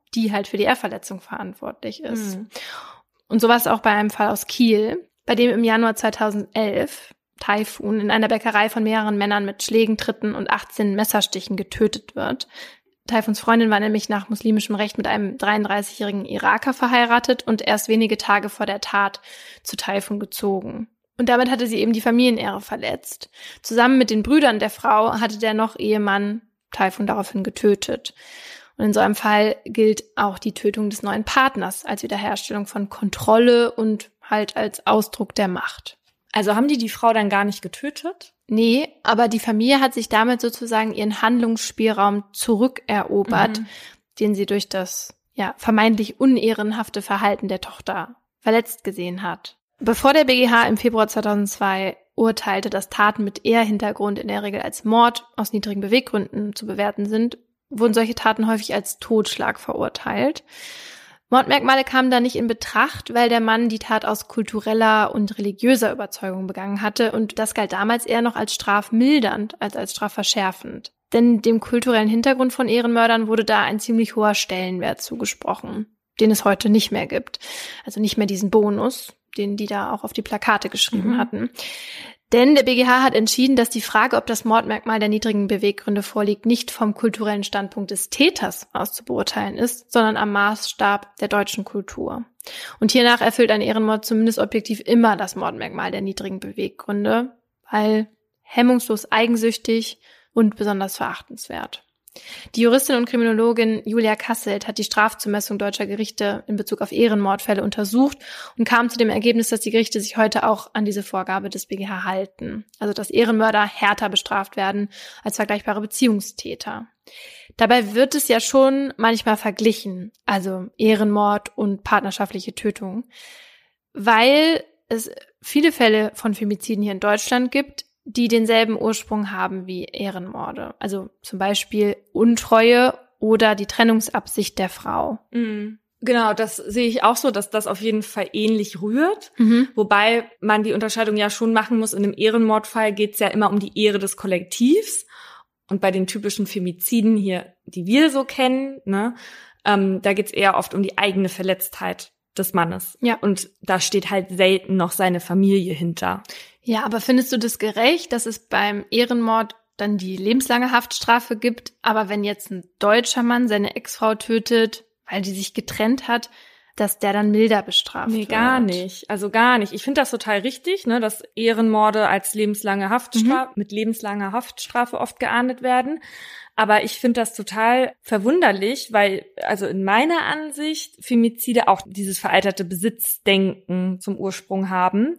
die halt für die Ehrverletzung verantwortlich ist. Mhm. Und so war es auch bei einem Fall aus Kiel, bei dem im Januar zweitausendelf Taifun in einer Bäckerei von mehreren Männern mit Schlägen, Tritten und achtzehn Messerstichen getötet wird. Taifuns Freundin war nämlich nach muslimischem Recht mit einem dreiunddreißigjährigen Iraker verheiratet und erst wenige Tage vor der Tat zu Taifun gezogen. Und damit hatte sie eben die Familienehre verletzt. Zusammen mit den Brüdern der Frau hatte der noch Ehemann Taifun daraufhin getötet. Und in so einem Fall gilt auch die Tötung des neuen Partners als Wiederherstellung von Kontrolle und halt als Ausdruck der Macht. Also haben die die Frau dann gar nicht getötet? Nee, aber die Familie hat sich damit sozusagen ihren Handlungsspielraum zurückerobert, mhm. den sie durch das ja vermeintlich unehrenhafte Verhalten der Tochter verletzt gesehen hat. Bevor der B G H im Februar zweitausendzwei urteilte, dass Taten mit Ehrhintergrund in der Regel als Mord aus niedrigen Beweggründen zu bewerten sind, wurden solche Taten häufig als Totschlag verurteilt. Mordmerkmale kamen da nicht in Betracht, weil der Mann die Tat aus kultureller und religiöser Überzeugung begangen hatte und das galt damals eher noch als strafmildernd als als strafverschärfend. Denn dem kulturellen Hintergrund von Ehrenmördern wurde da ein ziemlich hoher Stellenwert zugesprochen, den es heute nicht mehr gibt. Also nicht mehr diesen Bonus, den die da auch auf die Plakate geschrieben mhm. hatten. Denn der B G H hat entschieden, dass die Frage, ob das Mordmerkmal der niedrigen Beweggründe vorliegt, nicht vom kulturellen Standpunkt des Täters aus zu beurteilen ist, sondern am Maßstab der deutschen Kultur. Und hiernach erfüllt ein Ehrenmord zumindest objektiv immer das Mordmerkmal der niedrigen Beweggründe, weil hemmungslos eigensüchtig und besonders verachtenswert. Die Juristin und Kriminologin Julia Kasselt hat die Strafzumessung deutscher Gerichte in Bezug auf Ehrenmordfälle untersucht und kam zu dem Ergebnis, dass die Gerichte sich heute auch an diese Vorgabe des B G H halten. Also dass Ehrenmörder härter bestraft werden als vergleichbare Beziehungstäter. Dabei wird es ja schon manchmal verglichen, also Ehrenmord und partnerschaftliche Tötung, weil es viele Fälle von Femiziden hier in Deutschland gibt, die denselben Ursprung haben wie Ehrenmorde. Also zum Beispiel Untreue oder die Trennungsabsicht der Frau. Mhm. Genau, das sehe ich auch so, dass das auf jeden Fall ähnlich rührt. Mhm. Wobei man die Unterscheidung ja schon machen muss. In einem Ehrenmordfall geht es ja immer um die Ehre des Kollektivs. Und bei den typischen Femiziden hier, die wir so kennen, ne, ähm, da geht es eher oft um die eigene Verletztheit des Mannes. Ja. Und da steht halt selten noch seine Familie hinter. Ja, aber findest du das gerecht, dass es beim Ehrenmord dann die lebenslange Haftstrafe gibt, aber wenn jetzt ein deutscher Mann seine Ex-Frau tötet, weil die sich getrennt hat, dass der dann milder bestraft nee, wird? Nee, gar nicht. Also gar nicht. Ich finde das total richtig, ne, dass Ehrenmorde als lebenslange Haftstrafe, mhm. mit lebenslanger Haftstrafe oft geahndet werden. Aber ich finde das total verwunderlich, weil, also in meiner Ansicht, Femizide auch dieses veralterte Besitzdenken zum Ursprung haben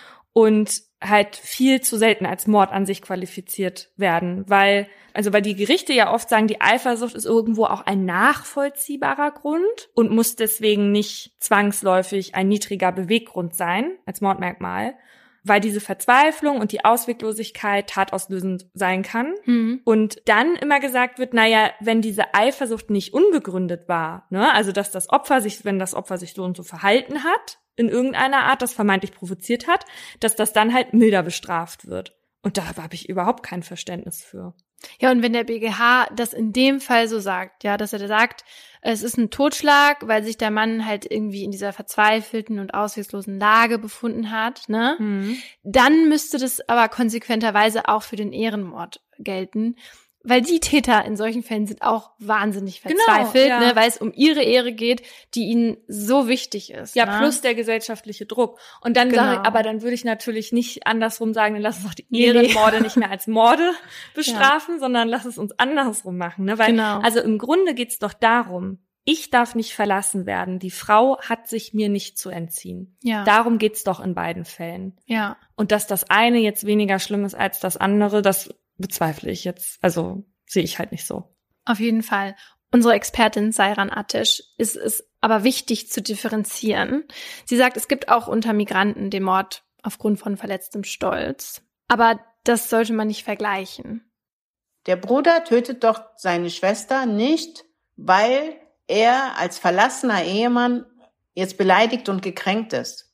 und halt viel zu selten als Mord an sich qualifiziert werden, weil also weil die Gerichte ja oft sagen, die Eifersucht ist irgendwo auch ein nachvollziehbarer Grund und muss deswegen nicht zwangsläufig ein niedriger Beweggrund sein als Mordmerkmal, weil diese Verzweiflung und die Ausweglosigkeit tatauslösend sein kann. Mhm. Und dann immer gesagt wird, naja, wenn diese Eifersucht nicht unbegründet war, ne, also dass das Opfer sich, wenn das Opfer sich so und so verhalten hat, in irgendeiner Art das vermeintlich provoziert hat, dass das dann halt milder bestraft wird. Und da habe ich überhaupt kein Verständnis für. Ja, und wenn der B G H das in dem Fall so sagt, ja, dass er da sagt, es ist ein Totschlag, weil sich der Mann halt irgendwie in dieser verzweifelten und ausweglosen Lage befunden hat, ne? Mhm. Dann müsste das aber konsequenterweise auch für den Ehrenmord gelten. Weil die Täter in solchen Fällen sind auch wahnsinnig verzweifelt, genau, ja. ne, weil es um ihre Ehre geht, die ihnen so wichtig ist. Ja, ne? plus der gesellschaftliche Druck. Und dann Genau. sage ich, aber dann würde ich natürlich nicht andersrum sagen, dann lass uns doch die Nee, Ehrenmorde nee. nicht mehr als Morde bestrafen, ja. sondern lass es uns andersrum machen. Ne? Weil, genau. also im Grunde geht's doch darum, ich darf nicht verlassen werden. Die Frau hat sich mir nicht zu entziehen. Ja. Darum geht's doch in beiden Fällen. Ja. Und dass das eine jetzt weniger schlimm ist als das andere, das bezweifle ich jetzt. Also sehe ich halt nicht so. Auf jeden Fall. Unsere Expertin Seyran Ateş ist es aber wichtig zu differenzieren. Sie sagt, es gibt auch unter Migranten den Mord aufgrund von verletztem Stolz. Aber das sollte man nicht vergleichen. Der Bruder tötet doch seine Schwester nicht, weil er als verlassener Ehemann jetzt beleidigt und gekränkt ist,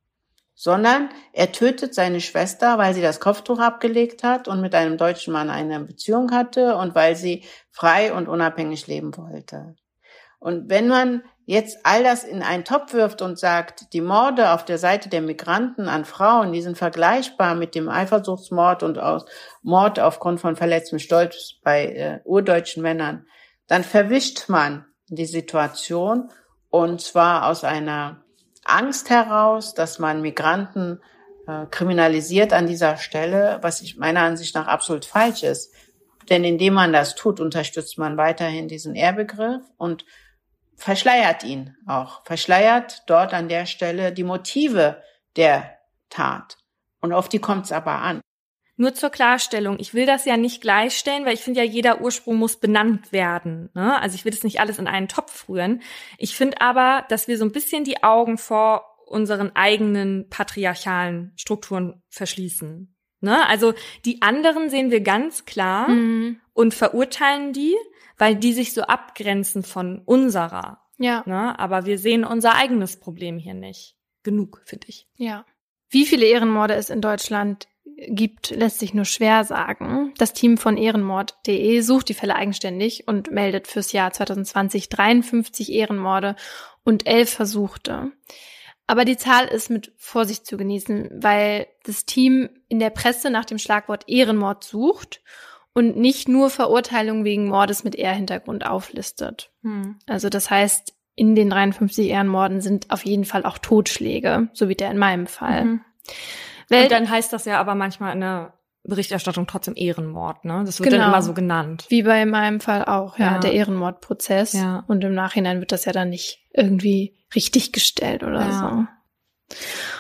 sondern er tötet seine Schwester, weil sie das Kopftuch abgelegt hat und mit einem deutschen Mann eine Beziehung hatte und weil sie frei und unabhängig leben wollte. Und wenn man jetzt all das in einen Topf wirft und sagt, die Morde auf der Seite der Migranten an Frauen, die sind vergleichbar mit dem Eifersuchtsmord und aus Mord aufgrund von verletztem Stolz bei äh, urdeutschen Männern, dann verwischt man die Situation, und zwar aus einer Angst heraus, dass man Migranten äh, kriminalisiert an dieser Stelle, was ich meiner Ansicht nach absolut falsch ist. Denn indem man das tut, unterstützt man weiterhin diesen Ehrbegriff und verschleiert ihn auch, verschleiert dort an der Stelle die Motive der Tat. Und auf die kommt es aber an. Nur zur Klarstellung, ich will das ja nicht gleichstellen, weil ich finde ja, jeder Ursprung muss benannt werden. Ne? Also ich will das nicht alles in einen Topf rühren. Ich finde aber, dass wir so ein bisschen die Augen vor unseren eigenen patriarchalen Strukturen verschließen. Ne? Also die anderen sehen wir ganz klar mhm. und verurteilen die, weil die sich so abgrenzen von unserer. Ja. Ne? Aber wir sehen unser eigenes Problem hier nicht. Genug, finde ich. Ja. Wie viele Ehrenmorde es in Deutschland gibt, lässt sich nur schwer sagen. Das Team von ehrenmord punkt de sucht die Fälle eigenständig und meldet fürs Jahr zwanzig zwanzig dreiundfünfzig Ehrenmorde und elf Versuchte. Aber die Zahl ist mit Vorsicht zu genießen, weil das Team in der Presse nach dem Schlagwort Ehrenmord sucht und nicht nur Verurteilungen wegen Mordes mit Ehrhintergrund auflistet. Hm. Also das heißt, in den dreiundfünfzig Ehrenmorden sind auf jeden Fall auch Totschläge, so wie der in meinem Fall. Mhm. Weil, und dann heißt das ja aber manchmal in der Berichterstattung trotzdem Ehrenmord, ne? Das wird genau. dann immer so genannt. Wie bei meinem Fall auch, ja, ja. Der Ehrenmordprozess. Ja. Und im Nachhinein wird das ja dann nicht irgendwie richtig gestellt oder ja. so.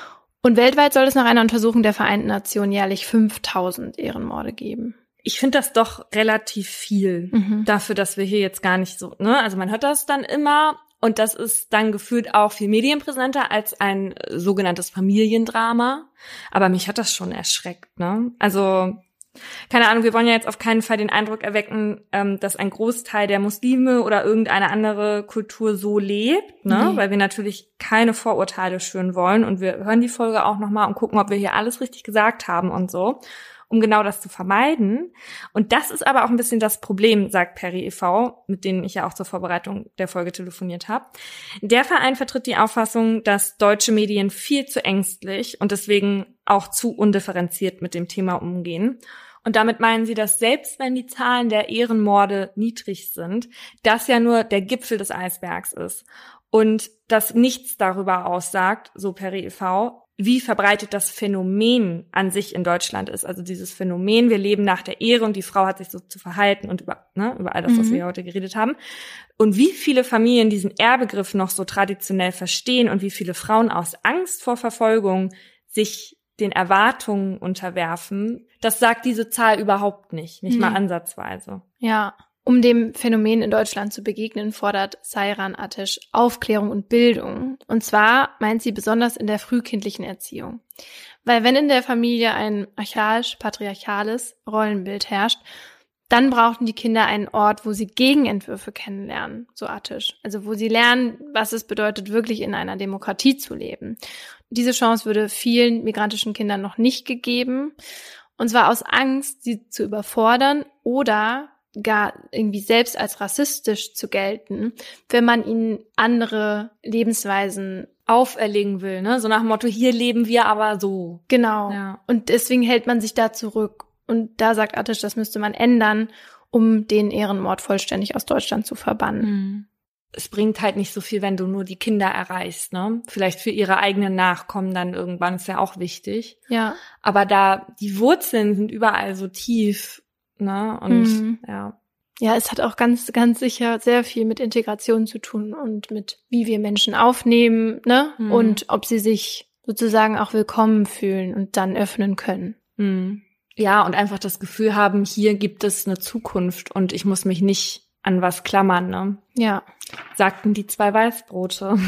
Und weltweit soll es nach einer Untersuchung der Vereinten Nationen jährlich fünftausend Ehrenmorde geben. Ich finde das doch relativ viel mhm. dafür, dass wir hier jetzt gar nicht so, ne? Also man hört das dann immer und das ist dann gefühlt auch viel medienpräsenter als ein sogenanntes Familiendrama. Aber mich hat das schon erschreckt, ne? Also, keine Ahnung, wir wollen ja jetzt auf keinen Fall den Eindruck erwecken, ähm, dass ein Großteil der Muslime oder irgendeine andere Kultur so lebt, ne? Nee. Weil wir natürlich keine Vorurteile schüren wollen und wir hören die Folge auch nochmal und gucken, ob wir hier alles richtig gesagt haben und so, um genau das zu vermeiden. Und das ist aber auch ein bisschen das Problem, sagt Peri e V, mit denen ich ja auch zur Vorbereitung der Folge telefoniert habe. Der Verein vertritt die Auffassung, dass deutsche Medien viel zu ängstlich und deswegen auch zu undifferenziert mit dem Thema umgehen. Und damit meinen sie, dass selbst wenn die Zahlen der Ehrenmorde niedrig sind, das ja nur der Gipfel des Eisbergs ist. Und dass nichts darüber aussagt, so Peri e V, wie verbreitet das Phänomen an sich in Deutschland ist. Also dieses Phänomen, wir leben nach der Ehre und die Frau hat sich so zu verhalten und über, ne, über all das, mhm. was wir heute geredet haben. Und wie viele Familien diesen Ehrbegriff noch so traditionell verstehen und wie viele Frauen aus Angst vor Verfolgung sich den Erwartungen unterwerfen, das sagt diese Zahl überhaupt nicht, nicht mhm. mal ansatzweise. Ja. Um dem Phänomen in Deutschland zu begegnen, fordert Seyran Ateş Aufklärung und Bildung. Und zwar meint sie besonders in der frühkindlichen Erziehung. Weil wenn in der Familie ein archaisch-patriarchales Rollenbild herrscht, dann brauchten die Kinder einen Ort, wo sie Gegenentwürfe kennenlernen, so Ateş. Also wo sie lernen, was es bedeutet, wirklich in einer Demokratie zu leben. Diese Chance würde vielen migrantischen Kindern noch nicht gegeben. Und zwar aus Angst, sie zu überfordern oder gar irgendwie selbst als rassistisch zu gelten, wenn man ihnen andere Lebensweisen auferlegen will, ne? So nach dem Motto, hier leben wir aber so. Genau. Ja. Und deswegen hält man sich da zurück. Und da sagt Ateş, das müsste man ändern, um den Ehrenmord vollständig aus Deutschland zu verbannen. Mhm. Es bringt halt nicht so viel, wenn du nur die Kinder erreichst, ne? Vielleicht für ihre eigenen Nachkommen dann irgendwann, ist ja auch wichtig. Ja. Aber da, die Wurzeln sind überall so tief, ne? Und mhm. ja. Ja, es hat auch ganz, ganz sicher sehr viel mit Integration zu tun und mit, wie wir Menschen aufnehmen, ne? Mhm. Und ob sie sich sozusagen auch willkommen fühlen und dann öffnen können. Mhm. Ja, und einfach das Gefühl haben, hier gibt es eine Zukunft und ich muss mich nicht an was klammern, ne? Ja. Sagten die zwei Weißbrote.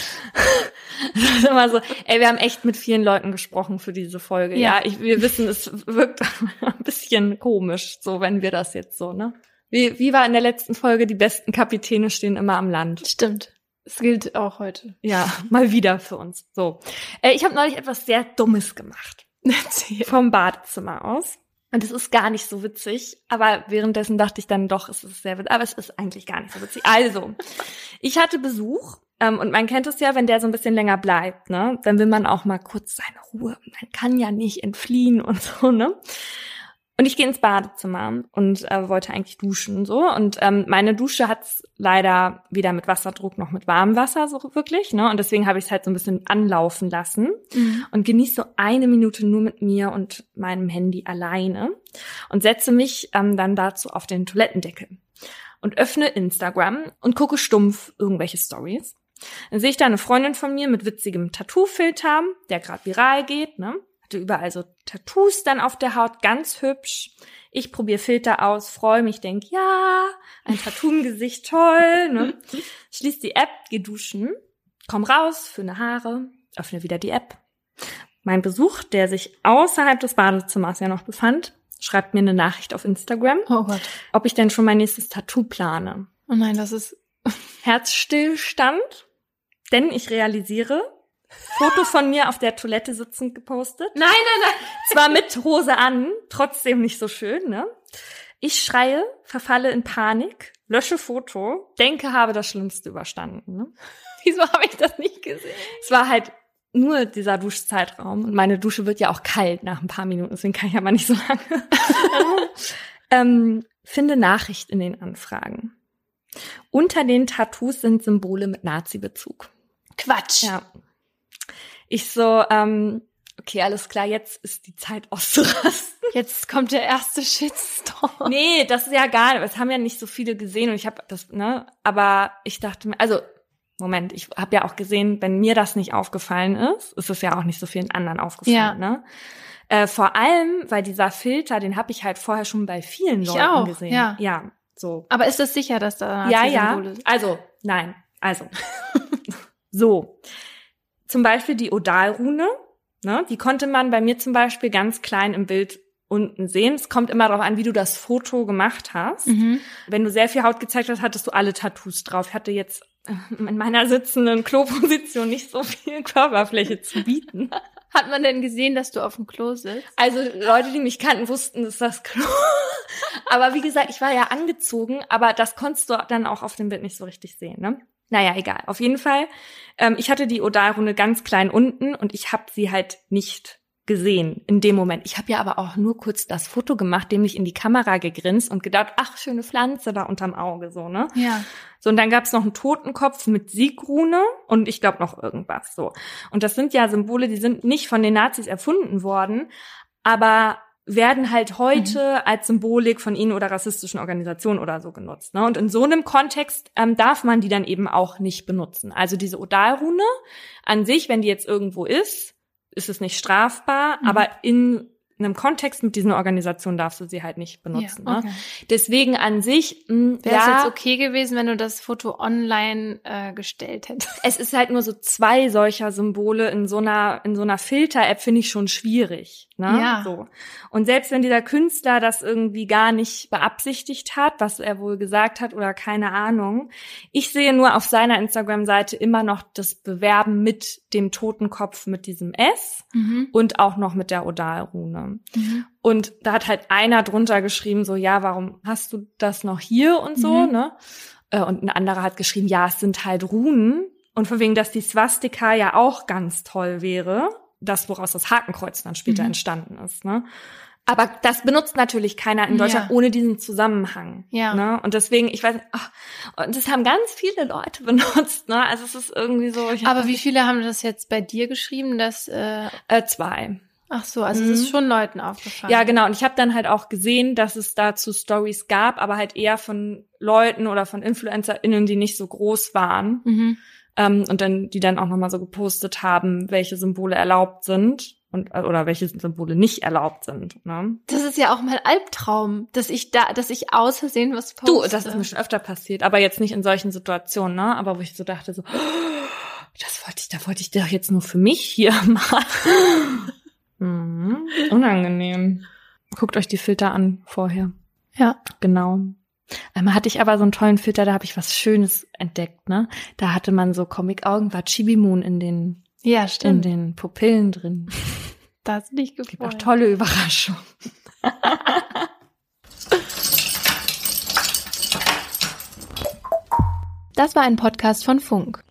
Das ist immer so, ey, wir haben echt mit vielen Leuten gesprochen für diese Folge. Ja, ja ich, wir wissen, es wirkt ein bisschen komisch, so wenn wir das jetzt so, ne? Wie, wie war in der letzten Folge, die besten Kapitäne stehen immer am Land. Stimmt. Es gilt auch heute. Ja, mal wieder für uns. So. Äh, ich habe neulich etwas sehr Dummes gemacht. Erzähl. Vom Badezimmer aus. Und es ist gar nicht so witzig, aber währenddessen dachte ich dann doch, es ist sehr witzig, aber es ist eigentlich gar nicht so witzig. Also, ich hatte Besuch ähm, und man kennt es ja, wenn der so ein bisschen länger bleibt, ne, dann will man auch mal kurz seine Ruhe. Man kann ja nicht entfliehen und so, ne. Und ich gehe ins Badezimmer und äh, wollte eigentlich duschen so und ähm, meine Dusche hat's leider weder mit Wasserdruck noch mit warmem Wasser so wirklich, ne? Und deswegen habe ich es halt so ein bisschen anlaufen lassen mhm. und genieße so eine Minute nur mit mir und meinem Handy alleine und setze mich ähm, dann dazu auf den Toilettendeckel und öffne Instagram und gucke stumpf irgendwelche Stories. Dann sehe ich da eine Freundin von mir mit witzigem Tattoo-Filter, der gerade viral geht, ne? Überall so Tattoos dann auf der Haut, ganz hübsch. Ich probiere Filter aus, freue mich, denke, ja, ein Tattoo im Gesicht, toll. Ne? Schließ die App, geh duschen, komm raus, föhne Haare, öffne wieder die App. Mein Besuch, der sich außerhalb des Badezimmers ja noch befand, schreibt mir eine Nachricht auf Instagram, oh Gott, ob ich denn schon mein nächstes Tattoo plane. Oh nein, das ist Herzstillstand, denn ich realisiere, Foto von mir auf der Toilette sitzend gepostet. Nein, nein, nein. Zwar mit Hose an, trotzdem nicht so schön, ne? Ich schreie, verfalle in Panik, lösche Foto, denke, habe das Schlimmste überstanden, ne? Wieso habe ich das nicht gesehen? Es war halt nur dieser Duschzeitraum und meine Dusche wird ja auch kalt nach ein paar Minuten, deswegen kann ich ja mal nicht so lange. ähm, finde Nachricht in den Anfragen. Unter den Tattoos sind Symbole mit Nazi-Bezug. Quatsch. Ja. Ich so, ähm, okay, alles klar, jetzt ist die Zeit auszurasten. Jetzt kommt der erste Shitstorm. Nee, das ist ja gar nicht, das haben ja nicht so viele gesehen und ich habe das, ne, aber ich dachte mir, also, Moment, ich habe ja auch gesehen, wenn mir das nicht aufgefallen ist, ist es ja auch nicht so vielen anderen aufgefallen, ja. ne? Äh, vor allem, weil dieser Filter, den habe ich halt vorher schon bei vielen ich Leuten auch. gesehen. Ja. ja, so. Aber ist das sicher, dass da Ja, ja, Nazi-Symbole sind? also, nein, also, so. Zum Beispiel die Odal-Rune, ne, die konnte man bei mir zum Beispiel ganz klein im Bild unten sehen. Es kommt immer darauf an, wie du das Foto gemacht hast. Mhm. Wenn du sehr viel Haut gezeigt hast, hattest du alle Tattoos drauf. Ich hatte jetzt in meiner sitzenden Kloposition nicht so viel Körperfläche zu bieten. Hat man denn gesehen, dass du auf dem Klo sitzt? Also Leute, die mich kannten, wussten, das ist das Klo. Aber wie gesagt, ich war ja angezogen, aber das konntest du dann auch auf dem Bild nicht so richtig sehen, ne? Naja, egal. Auf jeden Fall, ähm, ich hatte die Odal-Rune ganz klein unten und ich habe sie halt nicht gesehen in dem Moment. Ich habe ja aber auch nur kurz das Foto gemacht, dämlich in die Kamera gegrinst und gedacht, ach, schöne Pflanze da unterm Auge, so, ne? Ja. So, und dann gab's noch einen Totenkopf mit Siegrune und ich glaube noch irgendwas, so. Und das sind ja Symbole, die sind nicht von den Nazis erfunden worden, aber werden halt heute mhm. als Symbolik von ihnen oder rassistischen Organisationen oder so genutzt, ne? Und in so einem Kontext ähm, darf man die dann eben auch nicht benutzen. Also diese Odal-Rune an sich, wenn die jetzt irgendwo ist, ist es nicht strafbar, mhm. aber in einem Kontext mit diesen Organisationen darfst du sie halt nicht benutzen. Ja, okay. ne? Deswegen an sich wäre es ja, jetzt okay gewesen, wenn du das Foto online äh, gestellt hättest. Es ist halt nur so zwei solcher Symbole in so einer in so einer Filter-App, finde ich schon schwierig. Ne? Ja. So. Und selbst wenn dieser Künstler das irgendwie gar nicht beabsichtigt hat, was er wohl gesagt hat oder keine Ahnung, ich sehe nur auf seiner Instagram-Seite immer noch das Bewerben mit dem Totenkopf mit diesem S mhm. und auch noch mit der Odal-Rune. Mhm. Und da hat halt einer drunter geschrieben, so, ja, warum hast du das noch hier und so, mhm. ne? Und ein anderer hat geschrieben, ja, es sind halt Runen. Und von wegen, dass die Swastika ja auch ganz toll wäre. Das, woraus das Hakenkreuz dann später mhm. entstanden ist, ne? Aber das benutzt natürlich keiner in Deutschland ja. ohne diesen Zusammenhang. Ja. Ne? Und deswegen, ich weiß, oh, und das haben ganz viele Leute benutzt, ne? Also es ist irgendwie so. Aber wie viele haben das jetzt bei dir geschrieben, dass äh, äh zwei. Ach so, also mhm. es ist schon Leuten aufgefallen. Ja, genau. Und ich habe dann halt auch gesehen, dass es dazu Stories gab, aber halt eher von Leuten oder von InfluencerInnen, die nicht so groß waren. Mhm. Ähm, und dann die dann auch nochmal so gepostet haben, welche Symbole erlaubt sind und oder welche Symbole nicht erlaubt sind. Ne? Das ist ja auch mein Albtraum, dass ich da, dass ich aus Versehen was poste. Du, das ist mir schon öfter passiert, aber jetzt nicht in solchen Situationen, ne? Aber wo ich so dachte, so, das wollte ich, da wollte ich doch jetzt nur für mich hier machen. Mhm. Unangenehm. Guckt euch die Filter an vorher. Ja. Genau. Einmal hatte ich aber so einen tollen Filter, da habe ich was Schönes entdeckt, ne? Da hatte man so Comic-Augen, war Chibi Moon in den, ja, stimmt. in den Pupillen drin. Da hast du dich gefreut. Gibt auch tolle Überraschungen. Das war ein Podcast von Funk.